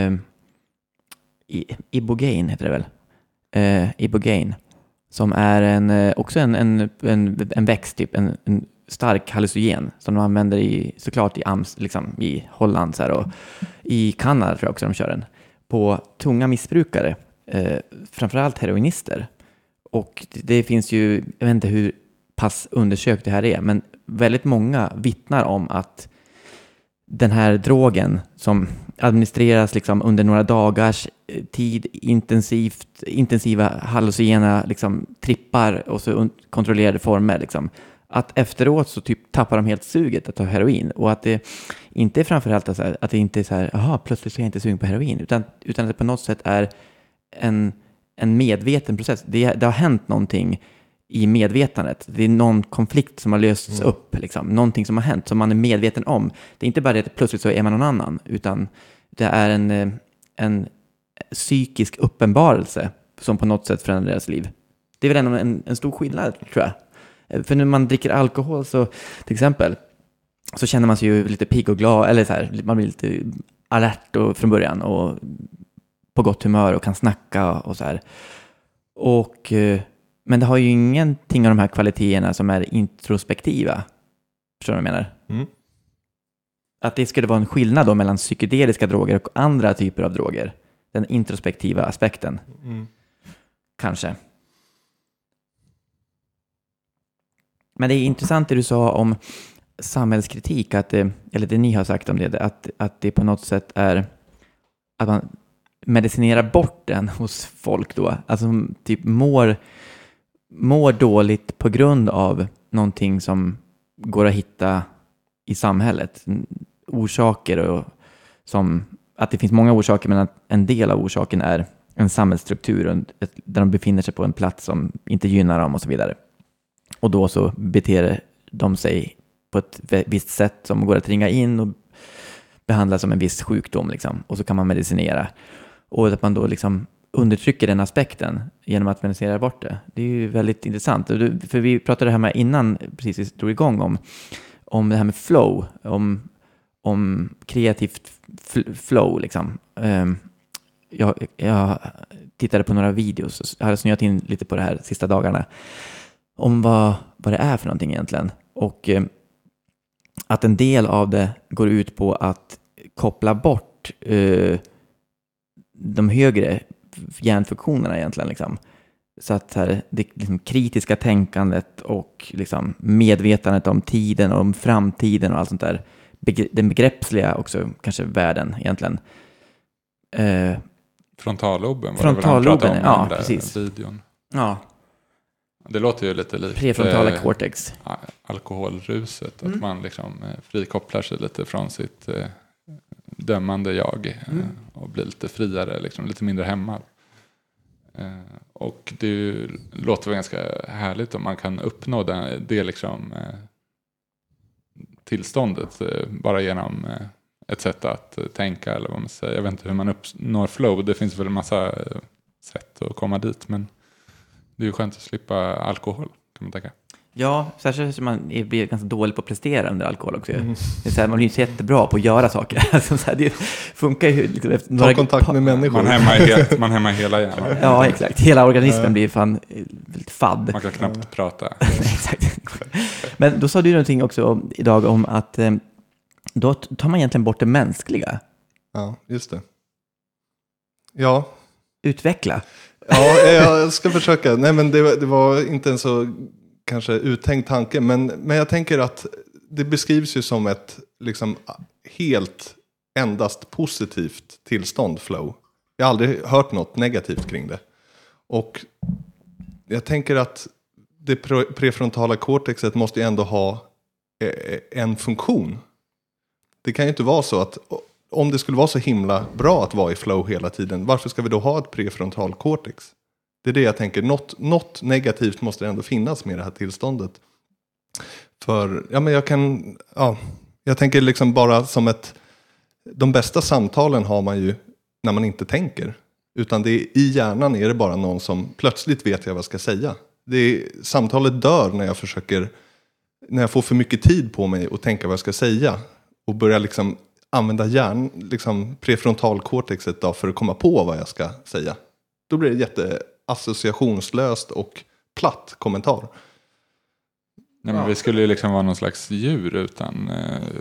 Ibogaine heter det väl? Ibogaine, som är också en växt, typ en stark hallucinogen som de använder såklart i Holland så här, och i Kanada tror jag också de kör den på tunga missbrukare, framförallt heroinister. Och det finns ju, jag vet inte hur pass undersökt det här är, men väldigt många vittnar om att den här drogen som administreras liksom under några dagars tid, intensiva hallucinogena liksom trippar och så kontrollerade former liksom, att efteråt så typ tappar de helt suget att ta heroin. Och att det inte är framförallt att det inte är så här, plötsligt så är jag inte sugen på heroin. Utan att det på något sätt är en medveten process. Det har hänt någonting i medvetandet. Det är någon konflikt som har lösts upp. Liksom. Någonting som har hänt som man är medveten om. Det är inte bara det att plötsligt så är man någon annan. Utan det är en psykisk uppenbarelse som på något sätt förändrar deras liv. Det är väl ändå en stor skillnad, tror jag. För när man dricker alkohol så till exempel så känner man sig ju lite pigg och glad, eller så här, man blir lite alert från början och på gott humör och kan snacka och så här. Men det har ju ingenting av de här kvaliteterna som är introspektiva. Förstår du vad jag menar? Mm. Att det skulle vara en skillnad då mellan psykedeliska droger och andra typer av droger. Den introspektiva aspekten. Mm. Kanske. Men det är intressant det du sa om samhällskritik, eller det ni har sagt om det, att det på något sätt är att man medicinerar bort den hos folk då. Alltså typ mår dåligt på grund av någonting som går att hitta i samhället. Orsaker och som att det finns många orsaker, men att en del av orsaken är en samhällsstruktur där de befinner sig på en plats som inte gynnar dem och så vidare. Och då så beter de sig på ett visst sätt som går att ringa in och behandla som en viss sjukdom. Liksom. Och så kan man medicinera. Och att man då liksom undertrycker den aspekten genom att medicinera bort det. Det är ju väldigt intressant. För vi pratade här med innan, precis vi drog igång, om det här med flow. Om kreativt flow. Liksom. Jag tittade på några videos och har snöat in lite på det här sista dagarna. Om vad det är för någonting egentligen. Och att en del av det går ut på att koppla bort de högre hjärnfunktionerna egentligen. Liksom. Så att här, det liksom, kritiska tänkandet och liksom, medvetandet om tiden och om framtiden och allt sånt där. Den begreppsliga också, kanske världen egentligen. Frontalloben. Frontalloben, ja precis. Videon. Ja. Det låter ju lite likt prefrontala cortex. Alkoholruset. Att man liksom frikopplar sig lite från sitt dömande jag. Och blir lite friare, liksom, lite mindre hämmad. Och det låter väl ganska härligt om man kan uppnå det liksom, tillståndet bara genom ett sätt att tänka eller vad man säger. Jag vet inte hur man uppnår flow. Det finns väl en massa sätt att komma dit, men det är ju skönt att slippa alkohol, kan man tänka. Ja, särskilt som man blir ganska dålig på att prestera under alkohol också. Det är så här, man blir inte så jättebra på att göra saker. Alltså, så här, det funkar ju liksom efter Ta kontakt med människor. Man hämmar hela hjärnan. Ja, exakt. Hela organismen blir fan lite fadd. Man kan knappt prata. Exakt. Men då sa du någonting också idag om att då tar man egentligen bort det mänskliga. Ja, just det. Ja. Utveckla. Ja, jag ska försöka. Nej, men det var inte en så kanske uttänkt tanke, men jag tänker att det beskrivs ju som ett liksom helt endast positivt tillstånd, flow. Jag har aldrig hört något negativt kring det. Och jag tänker att det prefrontala cortexet måste ju ändå ha en funktion. Det kan ju inte vara så att om det skulle vara så himla bra att vara i flow hela tiden, varför ska vi då ha ett prefrontal cortex? Det är det jag tänker. Något negativt måste ändå finnas med det här tillståndet. För jag tänker liksom bara som de bästa samtalen har man ju när man inte tänker. Utan i hjärnan är det bara någon som plötsligt vet jag vad jag ska säga. Samtalet dör när jag får för mycket tid på mig att tänka vad jag ska säga. Och börjar liksom använda prefrontalkortexet då för att komma på vad jag ska säga. Då blir det jätteassociationslöst och platt kommentar. Nej, men vi skulle ju liksom vara någon slags djur utan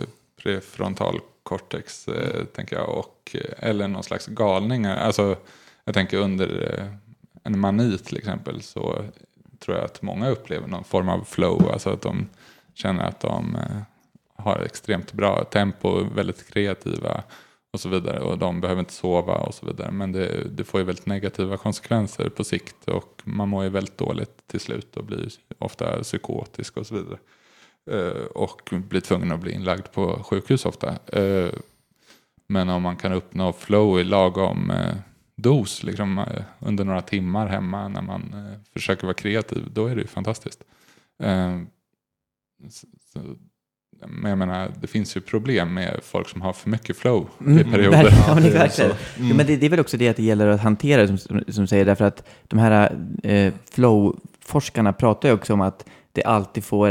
prefrontalkortex, tänker jag. Eller någon slags galningar. Alltså, jag tänker under en mani till exempel så tror jag att många upplever någon form av flow. Alltså att de känner att de har extremt bra tempo, väldigt kreativa och så vidare. Och de behöver inte sova och så vidare. Men det får ju väldigt negativa konsekvenser på sikt. Och man mår ju väldigt dåligt till slut och blir ofta psykotisk och så vidare. Och blir tvungen att bli inlagd på sjukhus ofta. Men om man kan uppnå flow i lagom dos liksom, under några timmar hemma när man försöker vara kreativ, då är det ju fantastiskt. Men jag menar, det finns ju problem med folk som har för mycket flow i perioder. Ja, men verkligen. Ja, men det är väl också det att det gäller att hantera det som säger, därför att de här flow-forskarna pratar ju också om att det alltid får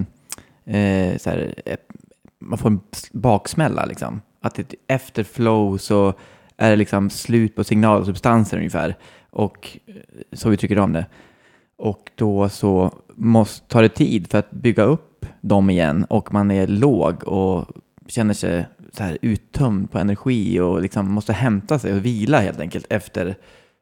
man får en baksmälla liksom. Att efter flow så är det liksom slut på signalsubstanser ungefär. Och så vi tycker om det. Och då så tar det tid för att bygga upp dem igen. Och man är låg och känner sig så här uttömd på energi. Och liksom måste hämta sig och vila helt enkelt efter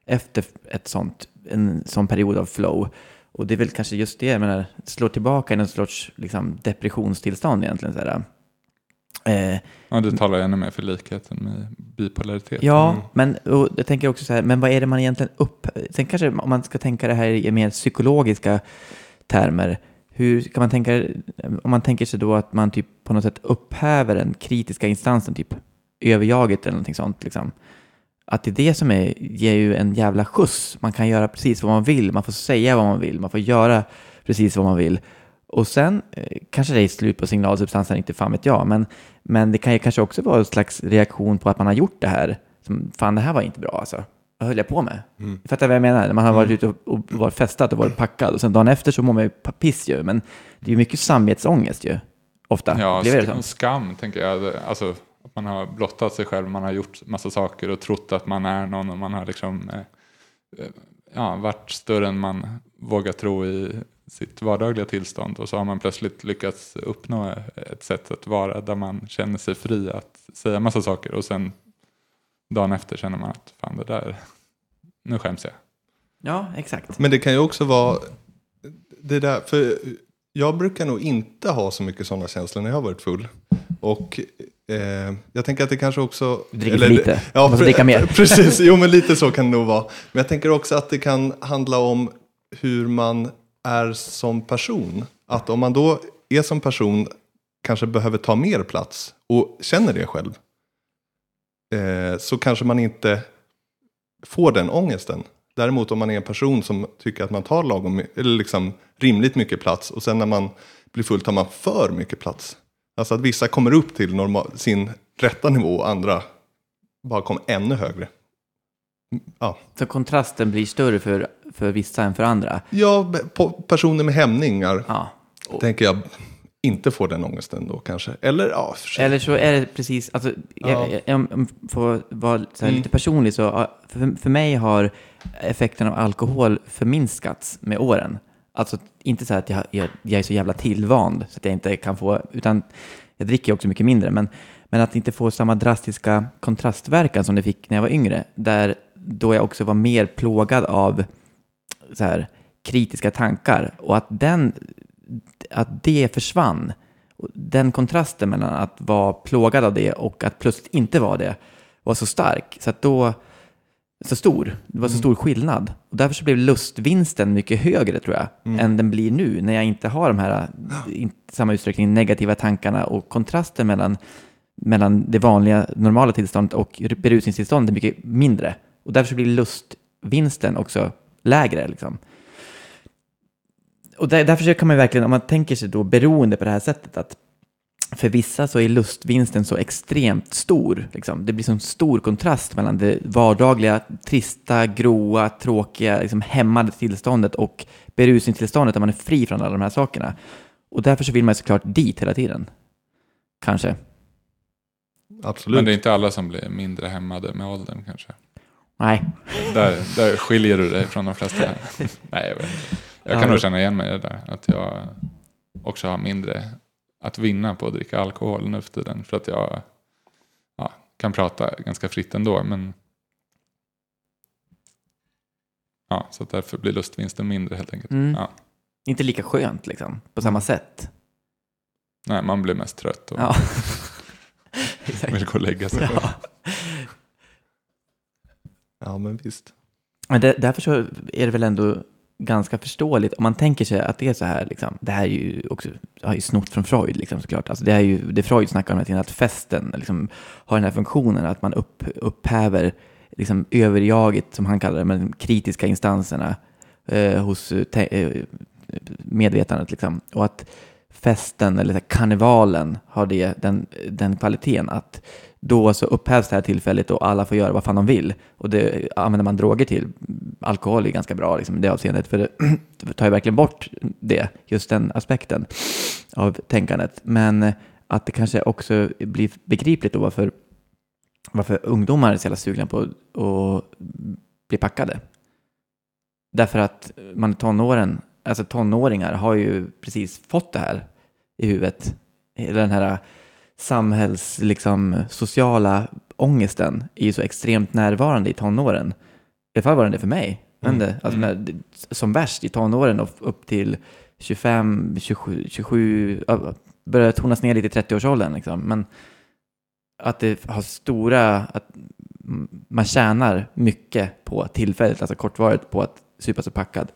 en sån period av flow. Och det är väl kanske just det, jag menar, slår tillbaka i en sorts liksom, depressionstillstånd egentligen. Så här. Ja, du talar ännu mer för likheten med bipolaritet. Ja, men och jag tänker också så här, men vad är det man egentligen sen kanske om man ska tänka det här i mer psykologiska termer, hur kan man tänka, om man tänker sig då att man typ på något sätt upphäver den kritiska instansen, typ överjaget eller någonting sånt liksom. Att det är det som ger ju en jävla skjuts. Man kan göra precis vad man vill, man får säga vad man vill, man får göra precis vad man vill. Och sen kanske det är slut på signalsubstansen, inte fan vet jag. Men det kan ju kanske också vara en slags reaktion på att man har gjort det här. Som, fan, det här var inte bra alltså. Vad höll jag på med? Fattar vad jag menar? När man har varit ute och varit festat och varit packad. Och sen dagen efter så mår man ju piss ju. Men det är ju mycket samvetsångest ju. Ofta. Ja, skam tänker jag. Alltså att man har blottat sig själv. Man har gjort massa saker och trott att man är någon. Och man har liksom varit större än man vågar tro i sitt vardagliga tillstånd, och så har man plötsligt lyckats uppnå ett sätt att vara där man känner sig fri att säga massa saker, och sen dagen efter känner man att fan, det där, nu skäms jag. Ja, exakt. Men det kan ju också vara det där, för jag brukar nog inte ha så mycket sådana känslor när jag har varit full. Och jag tänker att det kanske också... Dricker för lite. Ja, måste dricka mer. Precis, jo men lite så kan det nog vara. Men jag tänker också att det kan handla om hur man är som person. Att om man då är som person kanske behöver ta mer plats och känner det själv, så kanske man inte får den ångesten. Däremot om man är en person som tycker att man tar lagom eller liksom rimligt mycket plats, och sen när man blir full tar man för mycket plats. Alltså att vissa kommer upp till sin rätta nivå och andra bara kom ännu högre. Ja, Så kontrasten blir större för vissa än för andra. ja personer med hämningar Ja. tänker jag inte får den ångesten då kanske. Eller ja, för sig. Eller så är det precis, alltså, jag får vara så här lite personlig, så för mig har effekten av alkohol förminskats med åren. Alltså inte så här att jag är så jävla tillvand så att jag inte kan få, utan jag dricker också mycket mindre, men att inte få samma drastiska kontrastverkan som det fick när jag var yngre, då jag också var mer plågad av så här kritiska tankar, och att det försvann. Den kontrasten mellan att vara plågad av det och att plötsligt inte vara det var så stark, så att då så stor. Det var så stor skillnad. Och därför så blev lustvinsten mycket högre, tror jag, än den blir nu, när jag inte har de här i samma utsträckning negativa tankarna, och kontrasten mellan det vanliga normala tillståndet och berusningstillståndet är mycket mindre. Och därför så blir lustvinsten också lägre liksom. Och därför så kan man verkligen, om man tänker sig då beroende på det här sättet, att för vissa så är lustvinsten så extremt stor. Liksom. Det blir så en stor kontrast mellan det vardagliga, trista, gråa, tråkiga, liksom hämmade tillståndet och berusningstillståndet där man är fri från alla de här sakerna. Och därför så vill man såklart dit hela tiden. Kanske. Absolut. Men det är inte alla som blir mindre hämmade med åldern kanske. Nej. Där skiljer du dig från de flesta. Nej, jag kan nog känna igen mig i det där. Att jag också har mindre att vinna på att dricka alkohol nu för tiden. För att jag kan prata ganska fritt ändå. Men så att därför blir lustvinsten mindre helt enkelt. Ja. Inte lika skönt liksom, på samma sätt. Nej, man blir mest trött och vill gå och lägga sig. Ja, men visst. Men därför så är det väl ändå ganska förståeligt om man tänker sig att det är så här liksom. Det här är ju också, har ju snott från Freud liksom, såklart. Alltså det är ju det Freud snackar om, att festen liksom har den här funktionen att man upphäver liksom överjaget, som han kallar det, med de kritiska instanserna hos medvetandet liksom. Och att festen eller så här, karnevalen har den kvaliteten att då så upphävs det här tillfället och alla får göra vad fan de vill. Och det använder man droger till. Alkohol är ganska bra liksom, det avseendet, för det tar ju verkligen bort det, just den aspekten av tänkandet. Men att det kanske också blir begripligt då varför ungdomar är så jävla sugna på att bli packade. Därför att man tonåringar har ju precis fått det här i huvudet. Hela den här sociala ångesten är ju så extremt närvarande i tonåren. I alla fall var det för mig. Som värst i tonåren och upp till 25, 27, börjar tonas ner lite i 30-årsåldern. Liksom. Men att det har att man tjänar mycket på tillfället, alltså kortvarigt, på att supa sig packad.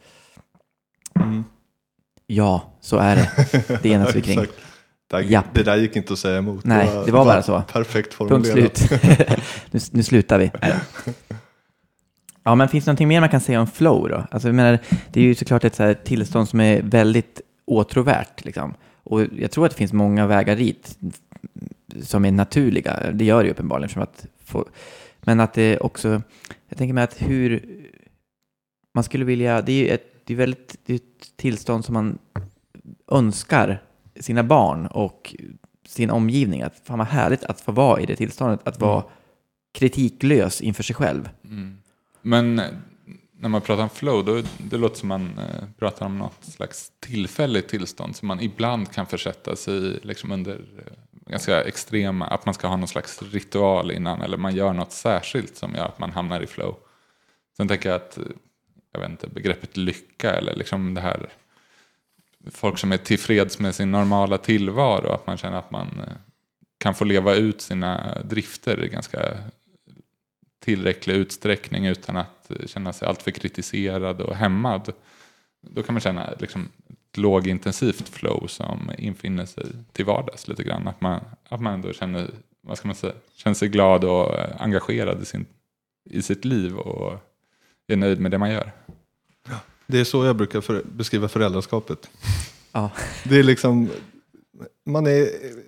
Ja, så är det. Det enas vi kring. Det där gick inte att säga emot. Nej, det var bara så. Perfekt formulerat. Slut. nu slutar vi. Ja, men finns det någonting mer man kan säga om flow då? Alltså, jag menar, det är ju såklart ett så här tillstånd som är väldigt åtråvärt. Liksom. Och jag tror att det finns många vägar dit som är naturliga. Det gör det ju uppenbarligen. Men att det också, jag tänker mig att hur man skulle vilja, det är ett tillstånd som man önskar sina barn och sin omgivning, att fan vad härligt att få vara i det tillståndet, att vara kritiklös inför sig själv. Men när man pratar om flow, då det låter som man pratar om något slags tillfälligt tillstånd som man ibland kan försätta sig i liksom under ganska extrema, att man ska ha någon slags ritual innan, eller man gör något särskilt som gör att man hamnar i flow. Sen tänker jag att, jag vet inte, begreppet lycka eller liksom det här, folk som är tillfreds med sin normala tillvaro, att man känner att man kan få leva ut sina drifter i ganska tillräcklig utsträckning utan att känna sig alltför kritiserad och hämmad. Då kan man känna liksom ett lågintensivt flow som infinner sig till vardags lite grann. Att man ändå känner, vad ska man säga, känner sig glad och engagerad i sitt liv och är nöjd med det man gör. Det är så jag brukar beskriva föräldraskapet. Ja. Det är liksom,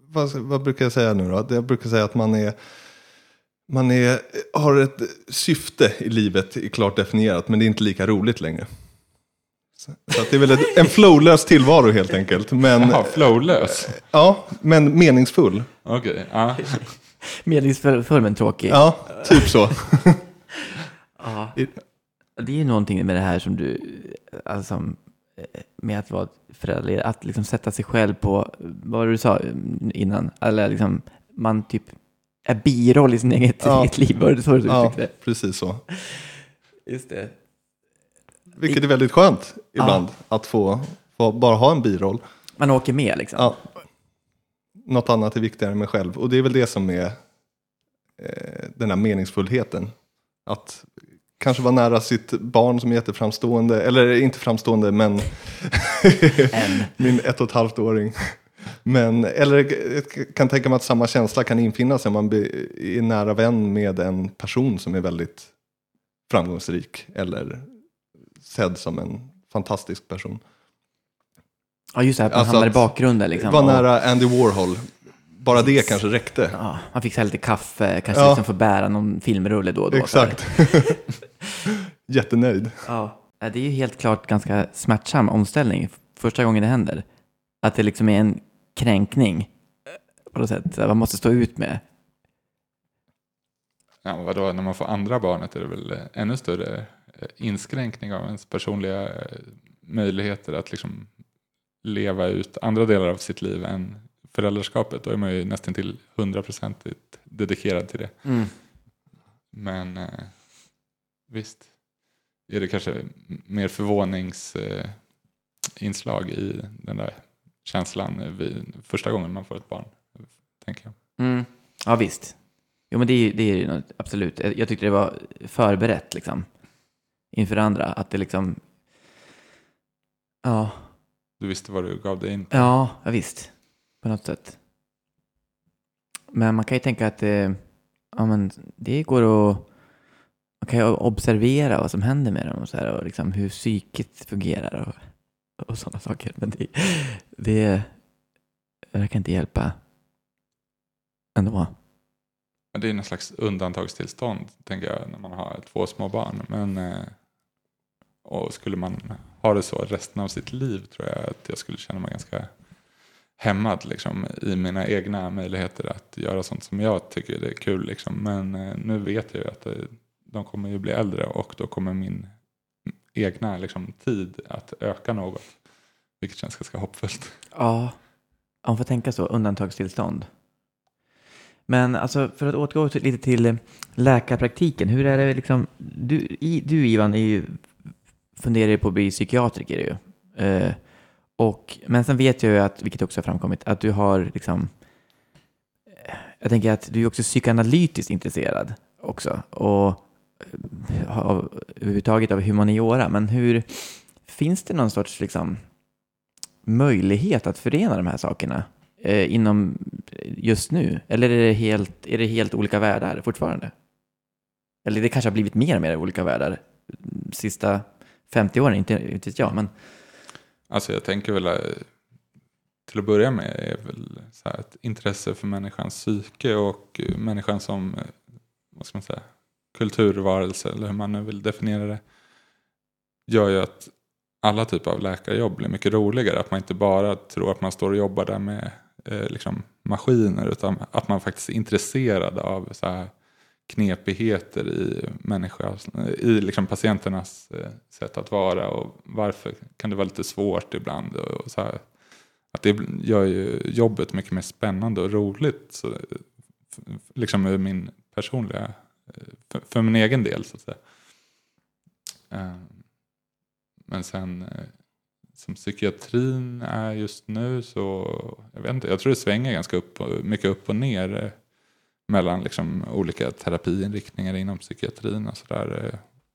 vad brukar jag säga nu då? Jag brukar säga att man har ett syfte i livet är klart definierat, men det är inte lika roligt längre. Så att det är väl en flowlös tillvaro helt enkelt. Men, Jaha, flowlös? Ja, men meningsfull. Okej, ja. Meningsfull men tråkig. Ja, typ så. Ja. Det är ju någonting med det här som du, alltså, med att vara förälder, att liksom sätta sig själv på, vad du sa innan, eller liksom, man typ är biroll i sin eget liv, var det så du uttryckte det? Precis så. Just det. Vilket är väldigt skönt ibland, att få bara ha en biroll. Man åker med liksom. Ja. Något annat är viktigare än mig själv. Och det är väl det som är den här meningsfullheten. Att kanske vara nära sitt barn som är jätteframstående. Eller inte framstående, men min 1,5-åring. Eller jag kan tänka mig att samma känsla kan infinna sig om man är nära vän med en person som är väldigt framgångsrik. Eller sedd som en fantastisk person. Ja, just det, att man hamnar i bakgrunden. Liksom. Var nära Andy Warhol. Bara det kanske räckte. Ja, man fick så här lite kaffe, kanske liksom få bära någon filmrulle då och då. Exakt. Jättenöjd. Ja, det är ju helt klart ganska smärtsam omställning. Första gången det händer. Att det liksom är en kränkning på något sätt. Man måste stå ut med. Ja, vadå, när man får andra barnet är det väl ännu större inskränkning av ens personliga möjligheter att liksom leva ut andra delar av sitt liv än föräldraskapet. Då är man ju nästan till 100% dedikerad till det. Mm. Men visst är det kanske mer förvåningsinslag i den där känslan vid första gången man får ett barn, tänker jag. Mm. Ja, visst. Jo, men det är ju något, absolut. Jag tyckte det var förberett liksom inför andra, att det liksom, ja. Du visste vad du gav dig in på. Ja, visst. På något sätt. Men man kan ju tänka att det går att, man kan ju observera vad som händer med dem och så här, och liksom hur psyket fungerar och sådana saker. Men det kan inte hjälpa ändå. Det är någon slags undantagstillstånd, tänker jag, när man har 2 små barn. Men och skulle man ha det så resten av sitt liv, tror jag att jag skulle känna mig ganska hämmad liksom, i mina egna möjligheter att göra sånt som jag tycker är kul. Liksom. Men nu vet jag ju att de kommer ju bli äldre, och då kommer min egna liksom, tid att öka något. Vilket känns ganska hoppfullt. Ja, man får tänka så, undantagstillstånd. Men alltså, för att återgå lite till läkarpraktiken, hur är det liksom, du Ivan funderar på att bli psykiatriker ju. Men sen vet jag ju att, vilket också har framkommit, att du har liksom, jag tänker att du är också psykoanalytiskt intresserad också, och överhuvudtaget av humaniora. Men finns det någon sorts liksom möjlighet att förena de här sakerna inom just nu? Eller är det helt olika världar fortfarande? Eller det kanske har blivit mer och mer olika världar sista 50 åren, inte vet jag, men... Alltså jag tänker väl, till att börja med, är väl så här ett intresse för människans psyke och människan som, vad ska man säga, kulturvarelse, eller hur man nu vill definiera det, gör ju att alla typer av läkarjobb blir mycket roligare. Att man inte bara tror att man står och jobbar där med liksom maskiner, utan att man faktiskt är intresserad av så här knepigheter i i liksom patienternas sätt att vara, och varför kan det vara lite svårt ibland, och så här, att det gör ju jobbet mycket mer spännande och roligt, så, liksom ur min personliga, för min egen del så att säga. Men sen som psykiatrin är just nu, så jag vet inte, jag tror det svänger ganska mycket upp och ner mellan liksom olika terapiinriktningar inom psykiatrin och sådär.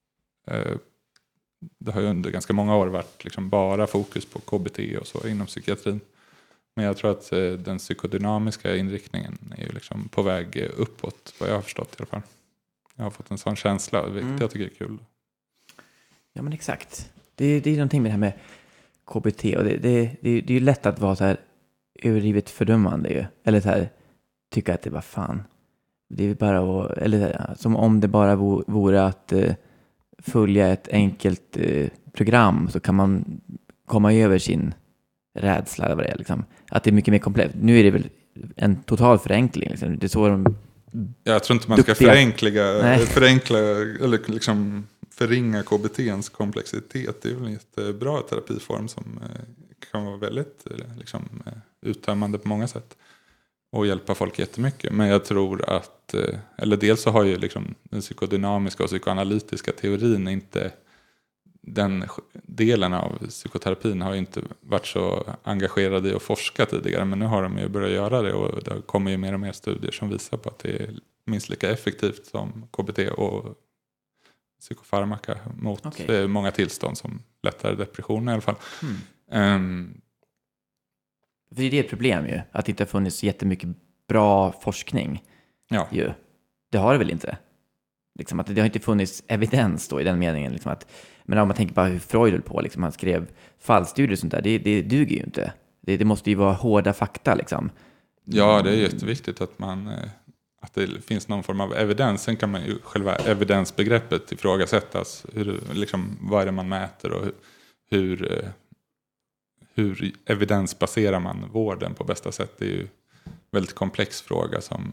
Det har ju under ganska många år varit liksom bara fokus på KBT och så inom psykiatrin. Men jag tror att den psykodynamiska inriktningen är ju liksom på väg uppåt, vad jag har förstått i alla fall. Jag har fått en sån känsla, vilket jag tycker är kul. Ja, men exakt. Det är någonting med det här med KBT, och det är ju lätt att vara så här överdrivet fördömande ju. Eller så här, tycka att det var fan. Det är bara eller så här, som om det bara vore att följa ett enkelt program så kan man komma över sin rädsla eller vad det är. Liksom. Att det är mycket mer komplext. Nu är det väl en total förenkling. Liksom. Det är så de Jag tror inte man ska förenkla eller liksom förringa KBT:ns komplexitet. Det är väl en jättebra terapiform som kan vara väldigt liksom, uttömmande på många sätt och hjälpa folk jättemycket. Men jag tror att, eller dels så har ju liksom den psykodynamiska och psykoanalytiska teorin inte, den delen av psykoterapin har ju inte varit så engagerad i att forska tidigare, men nu har de ju börjat göra det och det kommer ju mer och mer studier som visar på att det är minst lika effektivt som KBT och psykofarmaka mot många tillstånd som lättare depression i alla fall. För det är ett problem ju, att det inte har funnits jättemycket bra forskning. Ja. Ju. Det har det väl inte? Liksom att det har inte funnits evidens då i den meningen. Liksom att, men om man tänker på hur Freud höll på, liksom, han skrev fallstudier och sånt där, det duger ju inte. Det måste ju vara hårda fakta liksom. Ja, det är jätteviktigt att att det finns någon form av evidens. Sen kan man ju själva evidensbegreppet ifrågasättas. Liksom, vad är det man mäter och hur evidensbaserar man vården på bästa sätt? Det är ju en väldigt komplex fråga som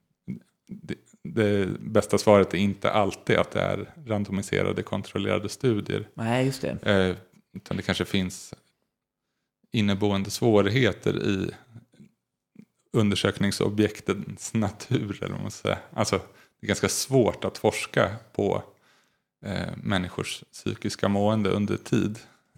det bästa svaret är inte alltid att det är randomiserade kontrollerade studier. Nej, just det. Utan det kanske finns inneboende svårigheter i undersökningsobjektens natur. Eller vad man säger. Alltså, det är ganska svårt att forska på människors psykiska mående under tid.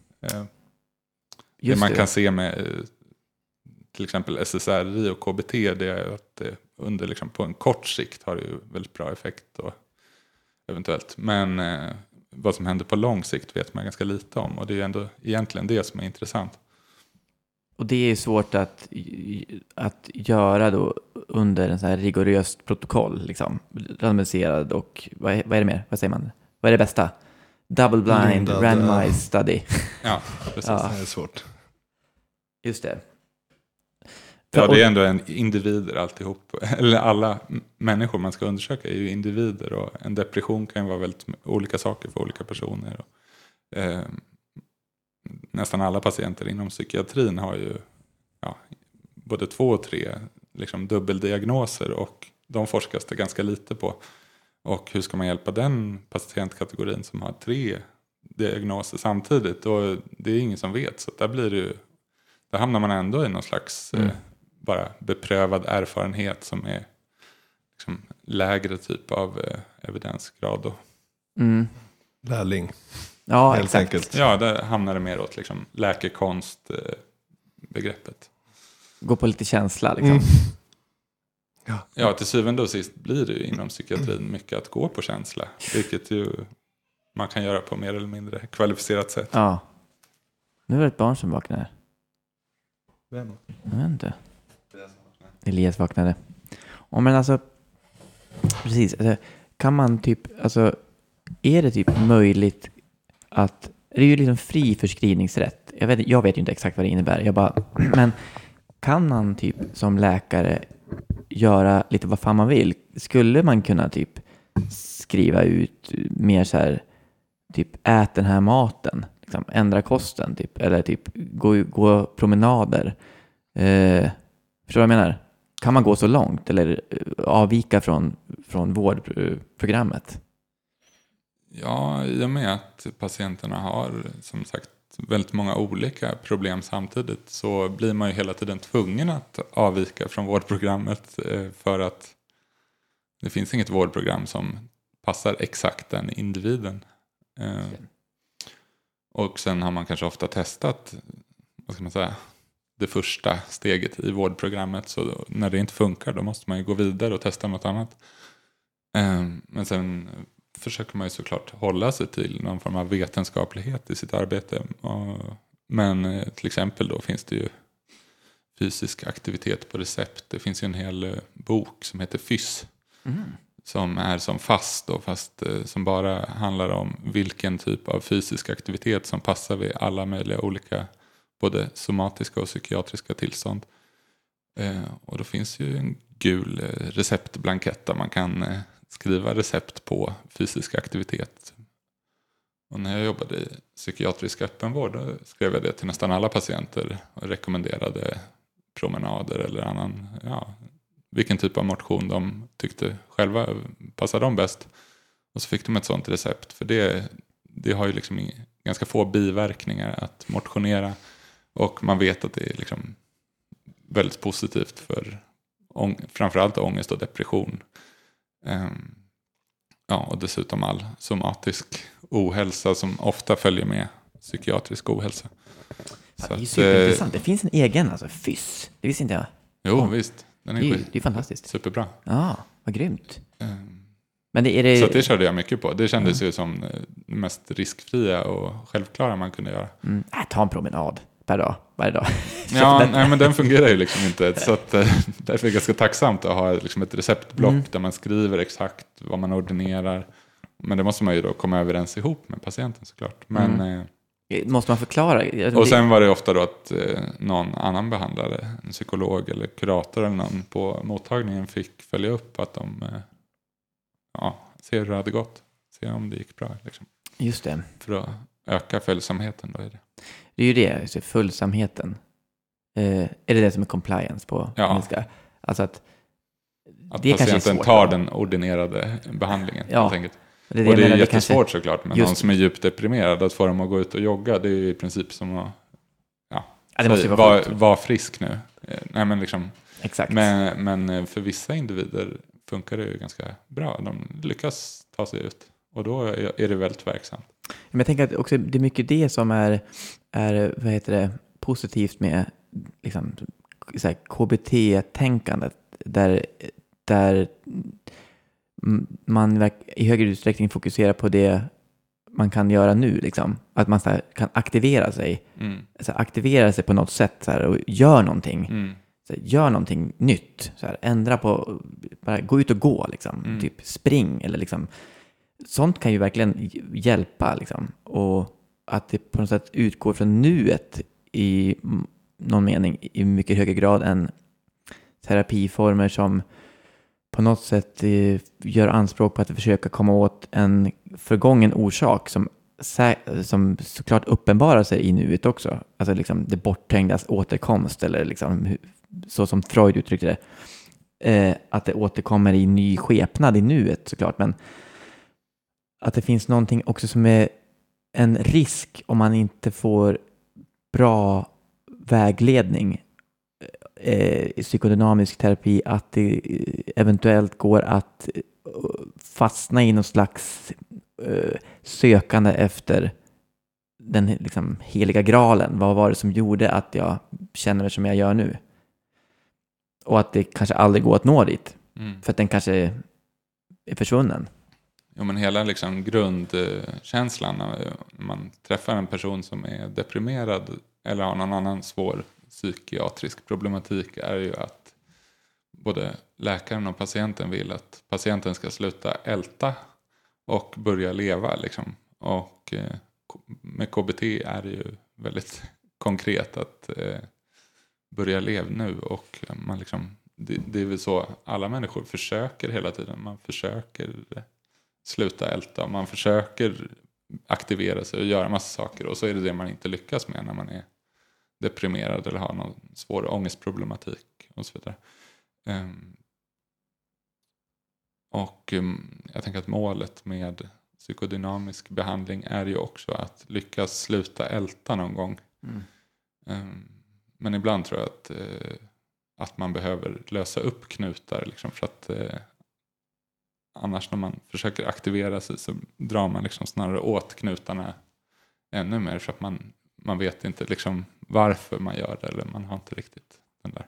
Det man kan se med till exempel SSRI och KBT, det är att det under liksom, på en kort sikt har det ju väldigt bra effekt och, eventuellt. Men vad som händer på lång sikt vet man ganska lite om, och det är ju ändå egentligen det som är intressant. Och det är svårt att göra då under en så här rigoröst protokoll, liksom, randomiserad och vad är det mer? Vad säger man? Vad är det bästa? Double blind, randomized study. Ja, precis. Ja. Det är svårt. Just det. Ja, det är ändå en individer alltihop. Eller alla människor man ska undersöka är ju individer, och en depression kan ju vara väldigt olika saker för olika personer. Nästan alla patienter inom psykiatrin har ju både 2 och 3 liksom dubbeldiagnoser, och de forskas det ganska lite på. Och hur ska man hjälpa den patientkategorin som har 3 diagnoser samtidigt? Och det är ingen som vet, så där hamnar man ändå i någon slags bara beprövad erfarenhet som är liksom lägre typ av evidensgrad. Då. Lärling. Ja, helt exakt. enkelt. Ja, där hamnar det mer åt liksom läkekonst-begreppet. Gå på lite känsla liksom. Ja, till syvende och sist blir det ju inom psykiatrin mycket att gå på känsla. Vilket ju man kan göra på mer eller mindre kvalificerat sätt. Ja. Nu är det ett barn som vaknar. Vem? Jag vet inte. Elias vaknade. Men alltså, precis. Alltså, kan man typ, alltså, är det typ möjligt att, det är ju liksom fri förskrivningsrätt. Jag vet ju inte exakt vad det innebär. Men kan man typ som läkare göra lite vad fan man vill? Skulle man kunna typ skriva ut mer så här, typ ät den här maten, liksom, ändra kosten typ, eller typ gå promenader. Förstår du vad jag menar? Kan man gå så långt eller avvika från vårdprogrammet? Ja, i och med att patienterna har som sagt väldigt många olika problem samtidigt, så blir man ju hela tiden tvungen att avvika från vårdprogrammet, för att det finns inget vårdprogram som passar exakt den individen. Och sen har man kanske ofta testat, vad ska man säga, det första steget i vårdprogrammet, så när det inte funkar då måste man ju gå vidare och testa något annat. Men sen försöker man ju såklart hålla sig till någon form av vetenskaplighet i sitt arbete. Men till exempel då finns det ju fysisk aktivitet på recept. Det finns ju en hel bok som heter FYSS. Som är som fast då, fast som bara handlar om vilken typ av fysisk aktivitet som passar vid alla möjliga olika både somatiska och psykiatriska tillstånd. Och då finns ju en gul receptblankett där man kan skriva recept på fysisk aktivitet. Och när jag jobbade i psykiatrisk öppenvård då skrev jag det till nästan alla patienter och rekommenderade promenader eller annan, vilken typ av motion de tyckte själva passade dem bäst. Och så fick de ett sånt recept, för det har ju liksom ganska få biverkningar att motionera, och man vet att det är liksom väldigt positivt för framförallt ångest och depression. Och dessutom all somatisk ohälsa som ofta följer med psykiatrisk ohälsa. Ja, det är superintressant. Det finns en egen, alltså FYSS. Det visste inte jag. Jo, visst. Den Det är fantastiskt. Superbra. Ja, vad grymt. Men så det körde jag mycket på. Det kändes ju som det mest riskfria och självklara man kunde göra. Ta en promenad per dag, varje dag. Men den fungerar ju liksom inte. Så att, därför är det ganska tacksamt att ha liksom ett receptblock där man skriver exakt vad man ordinerar. Men det måste man ju då komma överens ihop med patienten såklart. Men, måste man förklara? Och sen var det ofta då att någon annan behandlare, en psykolog eller kurator eller någon på mottagningen fick följa upp att de se hur det hade gått. Se om det gick bra. Liksom. Just det. För att öka följsamheten då är det. Det är ju det, så följsamheten. Är det som är compliance på engelska? Alltså att det patienten svårt, tar den ordinerade behandlingen. Ja. Helt enkelt. Det är jättesvårt såklart. Men någon som är djupt deprimerad, att få dem att gå ut och jogga, det är ju i princip som att vara frisk nu. Nej, men liksom, exakt. Men för vissa individer funkar det ju ganska bra. De lyckas ta sig ut. Och då är det väldigt verksamt. Men jag tänker att också det är mycket det som är positivt med liksom, så här, KBT-tänkandet. Där man i högre utsträckning fokuserar på det man kan göra nu. Liksom. Att man så här, kan aktivera sig. Så här, aktivera sig på något sätt så här, och gör någonting. Så här, gör någonting nytt. Så här, ändra på, bara gå ut och gå. Liksom. Typ spring. Eller, liksom. Sånt kan ju verkligen hjälpa. Liksom. Och att det på något sätt utgår från nuet i någon mening i mycket högre grad än terapiformer som på något sätt gör anspråk på att försöka komma åt en förgången orsak som såklart uppenbarar sig i nuet också. Alltså liksom det bortträngdas återkomst, eller liksom, så som Freud uttryckte det. Att det återkommer i ny skepnad i nuet såklart, men att det finns någonting också som är en risk om man inte får bra vägledning i psykodynamisk terapi, att det eventuellt går att fastna i någon slags sökande efter den liksom heliga graalen. Vad var det som gjorde att jag känner mig som jag gör nu? Och att det kanske aldrig går att nå dit. För att den kanske är försvunnen. Jo, men hela liksom grundkänslan när man träffar en person som är deprimerad eller har någon annan svår psykiatrisk problematik är ju att både läkaren och patienten vill att patienten ska sluta älta och börja leva. Liksom. Och med KBT är det ju väldigt konkret att börja leva nu. Och man liksom, det är väl så alla människor försöker hela tiden. Man försöker sluta älta. Man försöker aktivera sig och göra massa saker. Och så är det man inte lyckas med när man är deprimerad eller har någon svår ångestproblematik och så vidare. Jag tänker att målet med psykodynamisk behandling är ju också att lyckas sluta älta någon gång. Men ibland tror jag att man behöver lösa upp knutar liksom, för att annars när man försöker aktivera sig så drar man liksom snarare åt knutarna ännu mer, för att man vet inte liksom varför man gör det, eller man har inte riktigt den där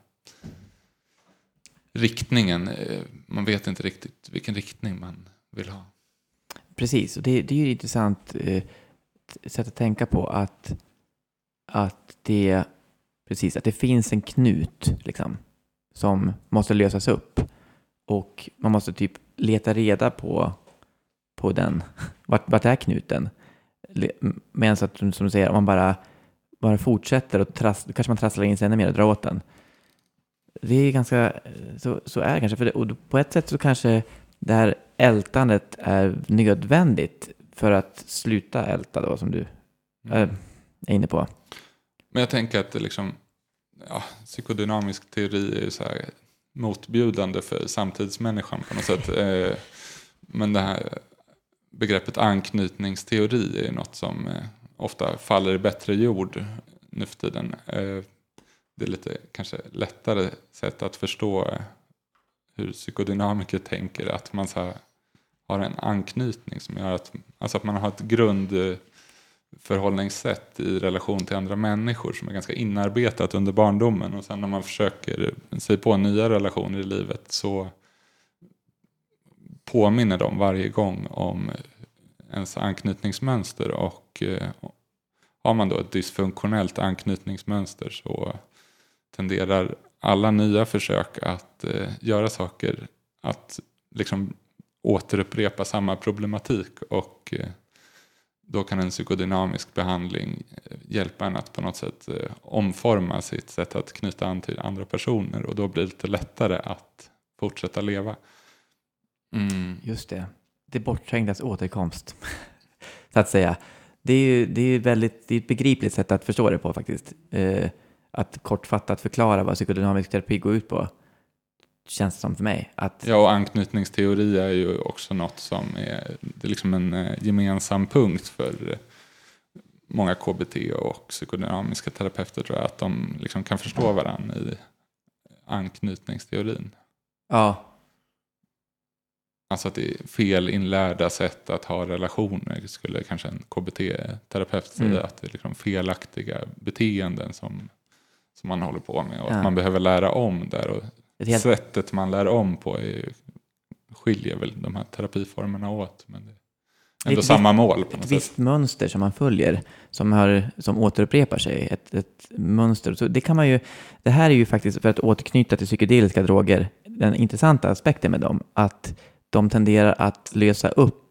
riktningen. Man vet inte riktigt vilken riktning man vill ha. Precis, och det är ju ett intressant sätt att tänka på att det finns en knut liksom, som måste lösas upp, och man måste typ leta reda på den, vart är knuten, medan att, som du säger, om man bara fortsätter och kanske man trasslar in sig ännu mer och drar åt den. Det är ganska, så är det kanske. Och på ett sätt så kanske det här ältandet är nödvändigt för att sluta älta då, som du är inne på. Men jag tänker att det liksom, psykodynamisk teori är ju så här motbjudande för samtidsmänniskan på något sätt. Men det här begreppet anknytningsteori är ju något som ofta faller i bättre jord nu för tiden. Det är lite kanske lättare sätt att förstå hur psykodynamiker tänker, att man så här har en anknytning som gör att man har ett grundförhållningssätt i relation till andra människor som är ganska inarbetat under barndomen, och sen när man försöker sig på nya relationer i livet så påminner de varje gång om ens anknytningsmönster, och har man då ett dysfunktionellt anknytningsmönster så tenderar alla nya försök att göra saker att liksom återupprepa samma problematik, och då kan en psykodynamisk behandling hjälpa en att på något sätt omforma sitt sätt att knyta an till andra personer, och då blir det lite lättare att fortsätta leva. Just det. Det bortträngdas återkomst, så att säga. Det är ett begripligt sätt att förstå det på faktiskt. Att kortfattat förklara vad psykodynamisk terapi går ut på, känns som för mig. Ja, och anknytningsteori är ju också något som det är liksom en gemensam punkt för många KBT och psykodynamiska terapeuter, tror jag, att de liksom kan förstå varandra i anknytningsteorin. Ja. Alltså att det är fel inlärda sätt att ha relationer, skulle kanske en KBT-terapeut säga, att det är liksom felaktiga beteenden som man håller på med, och att man behöver lära om där, och sättet man lär om på skiljer väl de här terapiformerna åt, men det är ändå samma mål på något sätt. Visst mönster som man följer som återupprepar sig, ett mönster. Så det här är ju faktiskt, för att återknyta till psykedeliska droger, den intressanta aspekten med dem, att de tenderar att lösa upp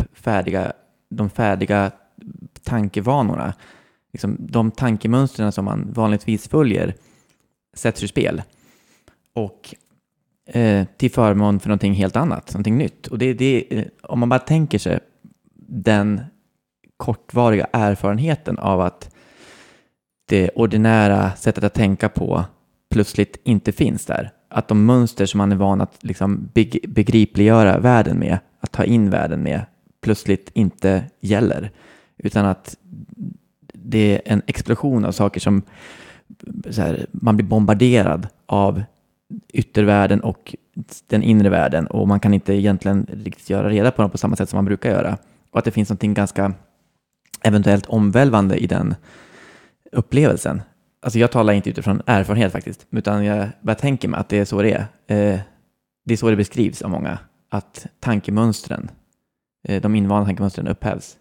de färdiga tankevanorna. Liksom, de tankemönstren som man vanligtvis följer sätts ur spel. Och till förmån för någonting helt annat, någonting nytt. Och om man bara tänker sig den kortvariga erfarenheten av att det ordinära sättet att tänka på plötsligt inte finns där. Att de mönster som man är van att liksom begripliggöra världen med, att ta in världen med, plötsligt inte gäller. Utan att det är en explosion av saker som så här, man blir bombarderad av yttervärlden och den inre världen, och man kan inte egentligen riktigt göra reda på dem på samma sätt som man brukar göra. Och att det finns något ganska eventuellt omvälvande i den upplevelsen. Alltså jag talar inte utifrån erfarenhet faktiskt, utan jag bara tänker mig att det är så det är. Det är så det beskrivs av många, att tankemönstren, de invanda tankemönstren upphävs.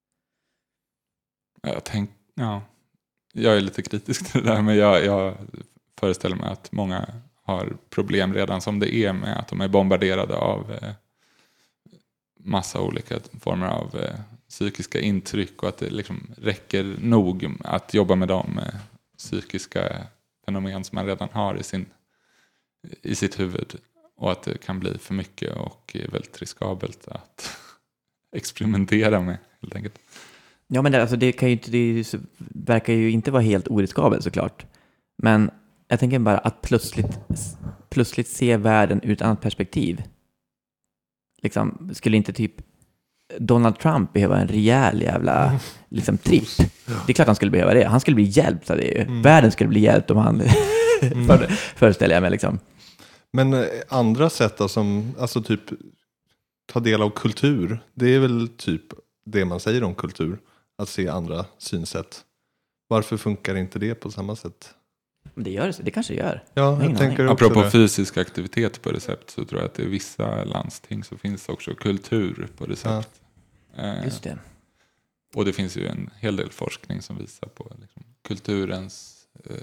Jag är lite kritisk till det där, men jag föreställer mig att många har problem redan som det är med att de är bombarderade av massa olika former av psykiska intryck, och att det liksom räcker nog att jobba med de psykiska fenomen som man redan har i sitt huvud, och att det kan bli för mycket och är väldigt riskabelt att experimentera med, helt enkelt. Ja, men det verkar ju inte vara helt oriskabelt såklart. Men jag tänker bara att plötsligt se världen ur ett annat perspektiv. Liksom, skulle inte typ Donald Trump behöva en rejäl jävla liksom, tripp? Det är klart han skulle behöva det. Han skulle bli hjälpt av det ju. Världen skulle bli hjälpt om han föreställer jag mig liksom. Men andra sätt då, som alltså typ ta del av kultur, det är väl typ det man säger om kultur, att se andra synsätt. Varför funkar inte det på samma sätt? Det gör det kanske gör. Ja, jag tänker också apropå det. Fysisk aktivitet på recept, så tror jag att det i vissa landsting så finns också kultur på recept. Just det. Och det finns ju en hel del forskning som visar på liksom, kulturens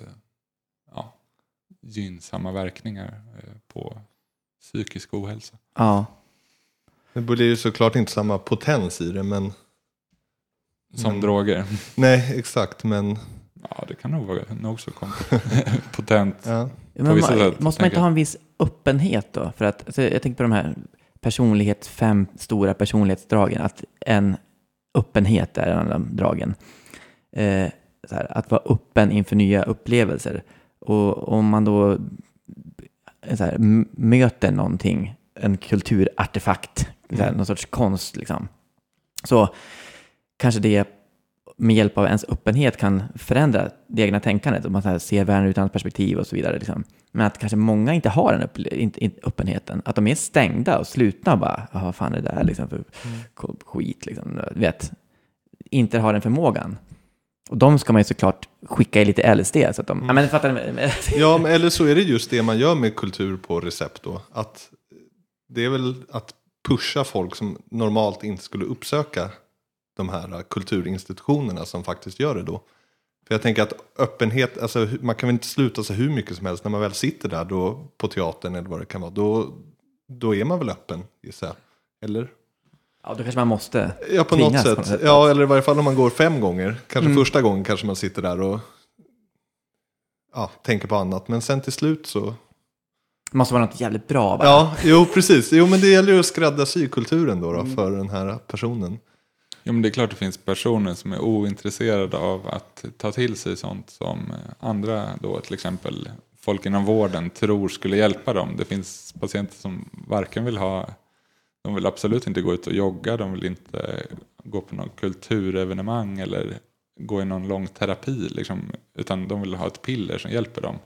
gynnsamma verkningar på psykisk ohälsa. Ja. Det blir ju såklart inte samma potens i det, men som droger. Nej, exakt, men Ja, det kan nog vara nog så potent. Ja. Men vissa sätt, måste man inte ha en viss öppenhet då? För att alltså, jag tänker på de här 5 stora personlighetsdragen. Att en öppenhet är en av de dragen. Så här, att vara öppen inför nya upplevelser. Och om man då så här, möter någonting, en kulturartefakt, så här, någon sorts konst liksom, så kanske det med hjälp av ens öppenhet kan förändra det egna tänkandet. Om man så här, ser världen utan perspektiv och så vidare. Liksom. Men att kanske många inte har den öppenheten. Att de är stängda och slutna och bara, vad fan är det där liksom, för skit? Liksom, vet, inte har den förmågan. Och de ska man ju såklart skicka i lite LSD. Så att de, men fattar ni? Ja, men eller så är det just det man gör med kultur på recept då. Att det är väl att pusha folk som normalt inte skulle uppsöka de här kulturinstitutionerna som faktiskt gör det då. För jag tänker att öppenhet, alltså man kan väl inte sluta sig hur mycket som helst när man väl sitter där då på teatern eller vad det kan vara. Då är man väl öppen, gissar jag. Eller? Ja, då kanske man måste. Ja, på något sätt. Ja, eller i varje fall om man går 5 gånger. Kanske första gången kanske man sitter där och tänker på annat. Men sen till slut så... Det måste vara något jävligt bra. Bara. Ja, jo precis. Jo, men det gäller ju att skräddarsy kulturen då för den här personen. Ja, men det är klart det finns personer som är ointresserade av att ta till sig sånt som andra då, till exempel folk inom vården, tror skulle hjälpa dem. Det finns patienter som varken vill ha, de vill absolut inte gå ut och jogga, de vill inte gå på någon kulturevenemang eller gå i någon lång terapi liksom, utan de vill ha ett piller som hjälper dem.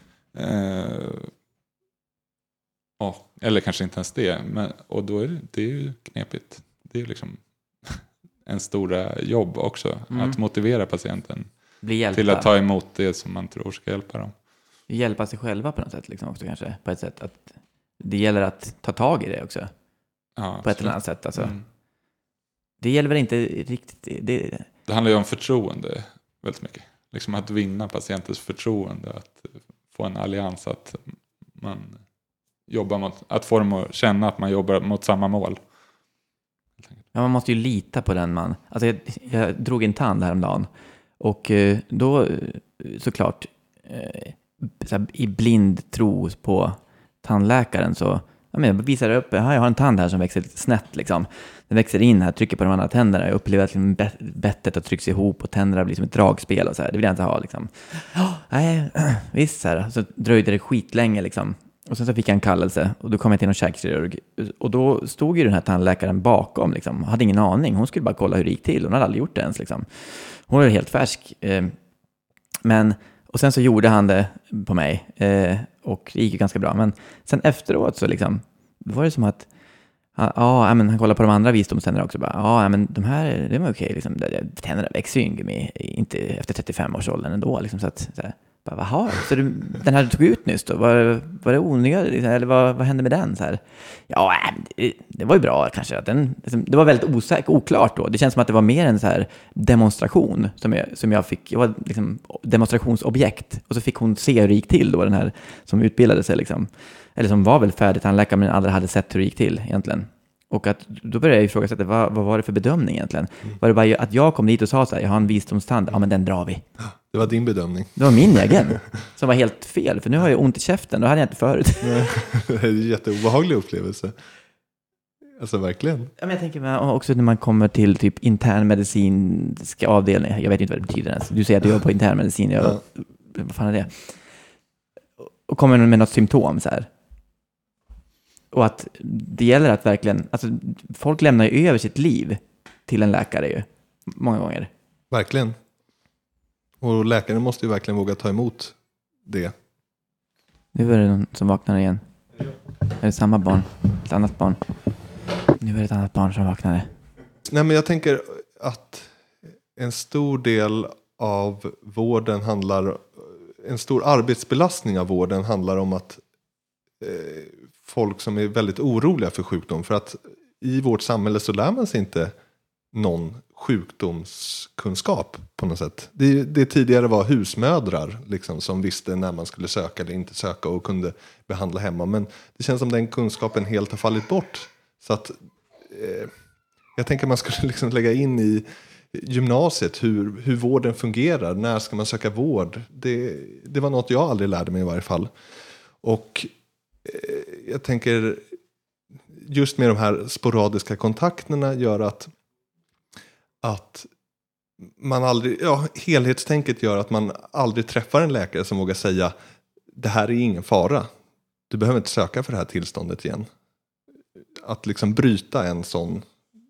Eller kanske inte ens det, men, och då är det är ju knepigt. Det är ju liksom en stora jobb också. Att motivera patienten till att ta emot det som man tror ska hjälpa dem. Hjälpa sig själva på något sätt liksom också kanske. På ett sätt att det gäller att ta tag i det också. Ja, på ett eller annat sätt. Alltså. Det gäller väl inte riktigt... Det handlar ju om förtroende väldigt mycket. Liksom att vinna patientens förtroende. Att få en allians. Att man jobbar mot... Att få dem att känna att man jobbar mot samma mål. Ja, man måste ju lita på den man... Alltså jag drog en tand häromdagen. Och då såklart så här, i blind tro på tandläkaren så jag visar upp, jag har en tand här som växer lite snett liksom. Den växer in här, trycker på de andra tänderna. Jag upplever att liksom bettet har tryckts ihop och tänderna blir som ett dragspel och så här. Det vill jag inte ha liksom. Nej, visst så här. Så dröjde det skitlänge liksom. Och sen så fick jag en kallelse och då kom jag till någon käkkirurg. Och då stod ju den här tandläkaren bakom liksom. Hade ingen aning. Hon skulle bara kolla hur det gick till. Hon hade aldrig gjort det ens liksom. Hon var helt färsk. Och sen så gjorde han det på mig. Och det gick ju ganska bra. Men sen efteråt så liksom, var det som att han kollade på de andra visdomständerna också. Men de här, det var okej. Liksom. Tänderna växer ju inte efter 35-årsåldern ändå. Liksom, så att, så här, vaha, så den här du tog ut nyss då? Var det onödigt? Eller vad hände med den? Så här? Ja, det var ju bra kanske. Det var väldigt oklart då. Det känns som att det var mer en så här demonstration som jag fick. Jag var liksom demonstrationsobjekt. Och så fick hon se hur det gick till då, den här som utbildade sig liksom. Eller som var väl färdig tandläkare men aldrig hade sett hur det gick till egentligen. Och att då började jag ifrågasätta, vad var det för bedömning egentligen? Var det bara att jag kom dit och sa så här, jag har en visdomstand, ja men den drar vi. Det var din bedömning. Det var min egen, som var helt fel, för nu har jag ont i käften, det hade jag inte förut. Det är en jätteobehaglig upplevelse. Alltså verkligen. Ja, men jag tänker också när man kommer till typ internmedicinska avdelningar, jag vet inte vad det betyder ens. Du säger att du jobbar på internmedicin, vad fan är det? Och kommer med något symptom så här. Och att det gäller att verkligen, alltså folk lämnar ju över sitt liv till en läkare ju, många gånger. Verkligen. Och läkaren måste ju verkligen våga ta emot det. Nu är det någon som vaknar igen. Är det samma barn? Ett annat barn? Nu är det ett annat barn som vaknade. Nej, men jag tänker att en stor del av vården en stor arbetsbelastning av vården handlar om att folk som är väldigt oroliga för sjukdom. För att i vårt samhälle så lär man sig inte någon sjukdomskunskap på något sätt. Det tidigare var husmödrar liksom, som visste när man skulle söka eller inte söka och kunde behandla hemma. Men det känns som den kunskapen helt har fallit bort. Så att jag tänker man skulle liksom lägga in gymnasiet, hur vården fungerar, när ska man söka vård. Det var något jag aldrig lärde mig i varje fall. Och jag tänker just med de här sporadiska kontakterna gör att man aldrig, helhetstänket gör att man aldrig träffar en läkare som vågar säga det här är ingen fara. Du behöver inte söka för det här tillståndet igen. Att liksom bryta en sån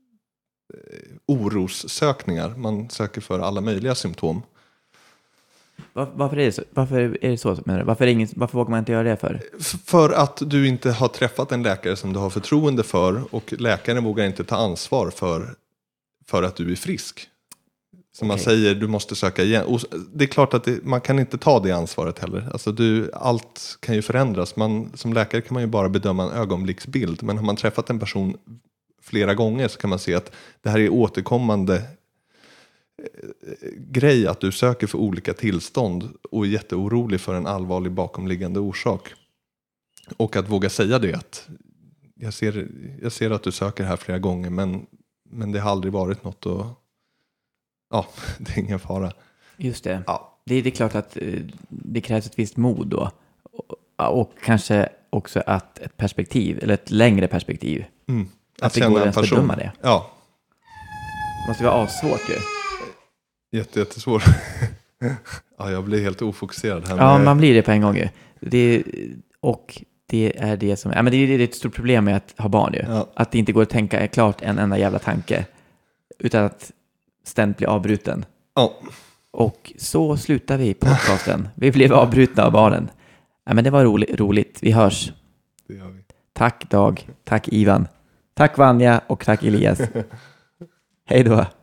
orossökningar. Man söker för alla möjliga symptom. Varför är det så? Varför är det så? Varför vågar man inte göra det för? För att du inte har träffat en läkare som du har förtroende för och läkaren vågar inte ta ansvar för att du är frisk. Som man säger, du måste söka igen. Och det är klart att man kan inte ta det ansvaret heller. Alltså allt kan ju förändras. Som läkare kan man ju bara bedöma en ögonblicksbild. Men har man träffat en person flera gånger så kan man se att det här är återkommande grej att du söker för olika tillstånd och är jätteorolig för en allvarlig bakomliggande orsak. Och att våga säga det att jag ser att du söker här flera gånger men det har aldrig varit något och det är ingen fara. Just det. Ja. Det är klart att det krävs ett visst mod då. Och kanske också ett perspektiv, eller ett längre perspektiv. Att det går att bedöma det. Ja. Det måste vara svårt ju. Jättesvårt. Ja, jag blir helt ofokuserad här. Ja, man blir det på en gång ju. Det är det som... Ja, men det är ett stort problem med att ha barn ju. Ja. Att det inte går att tänka klart en enda jävla tanke. Utan att ständigt bli avbruten. Ja. Och så slutar vi podcasten. Vi blev avbrutna av barnen. Ja, men det var roligt. Vi hörs. Det gör vi. Tack Dag. Tack Ivan. Tack Vanja och tack Elias. Hej då.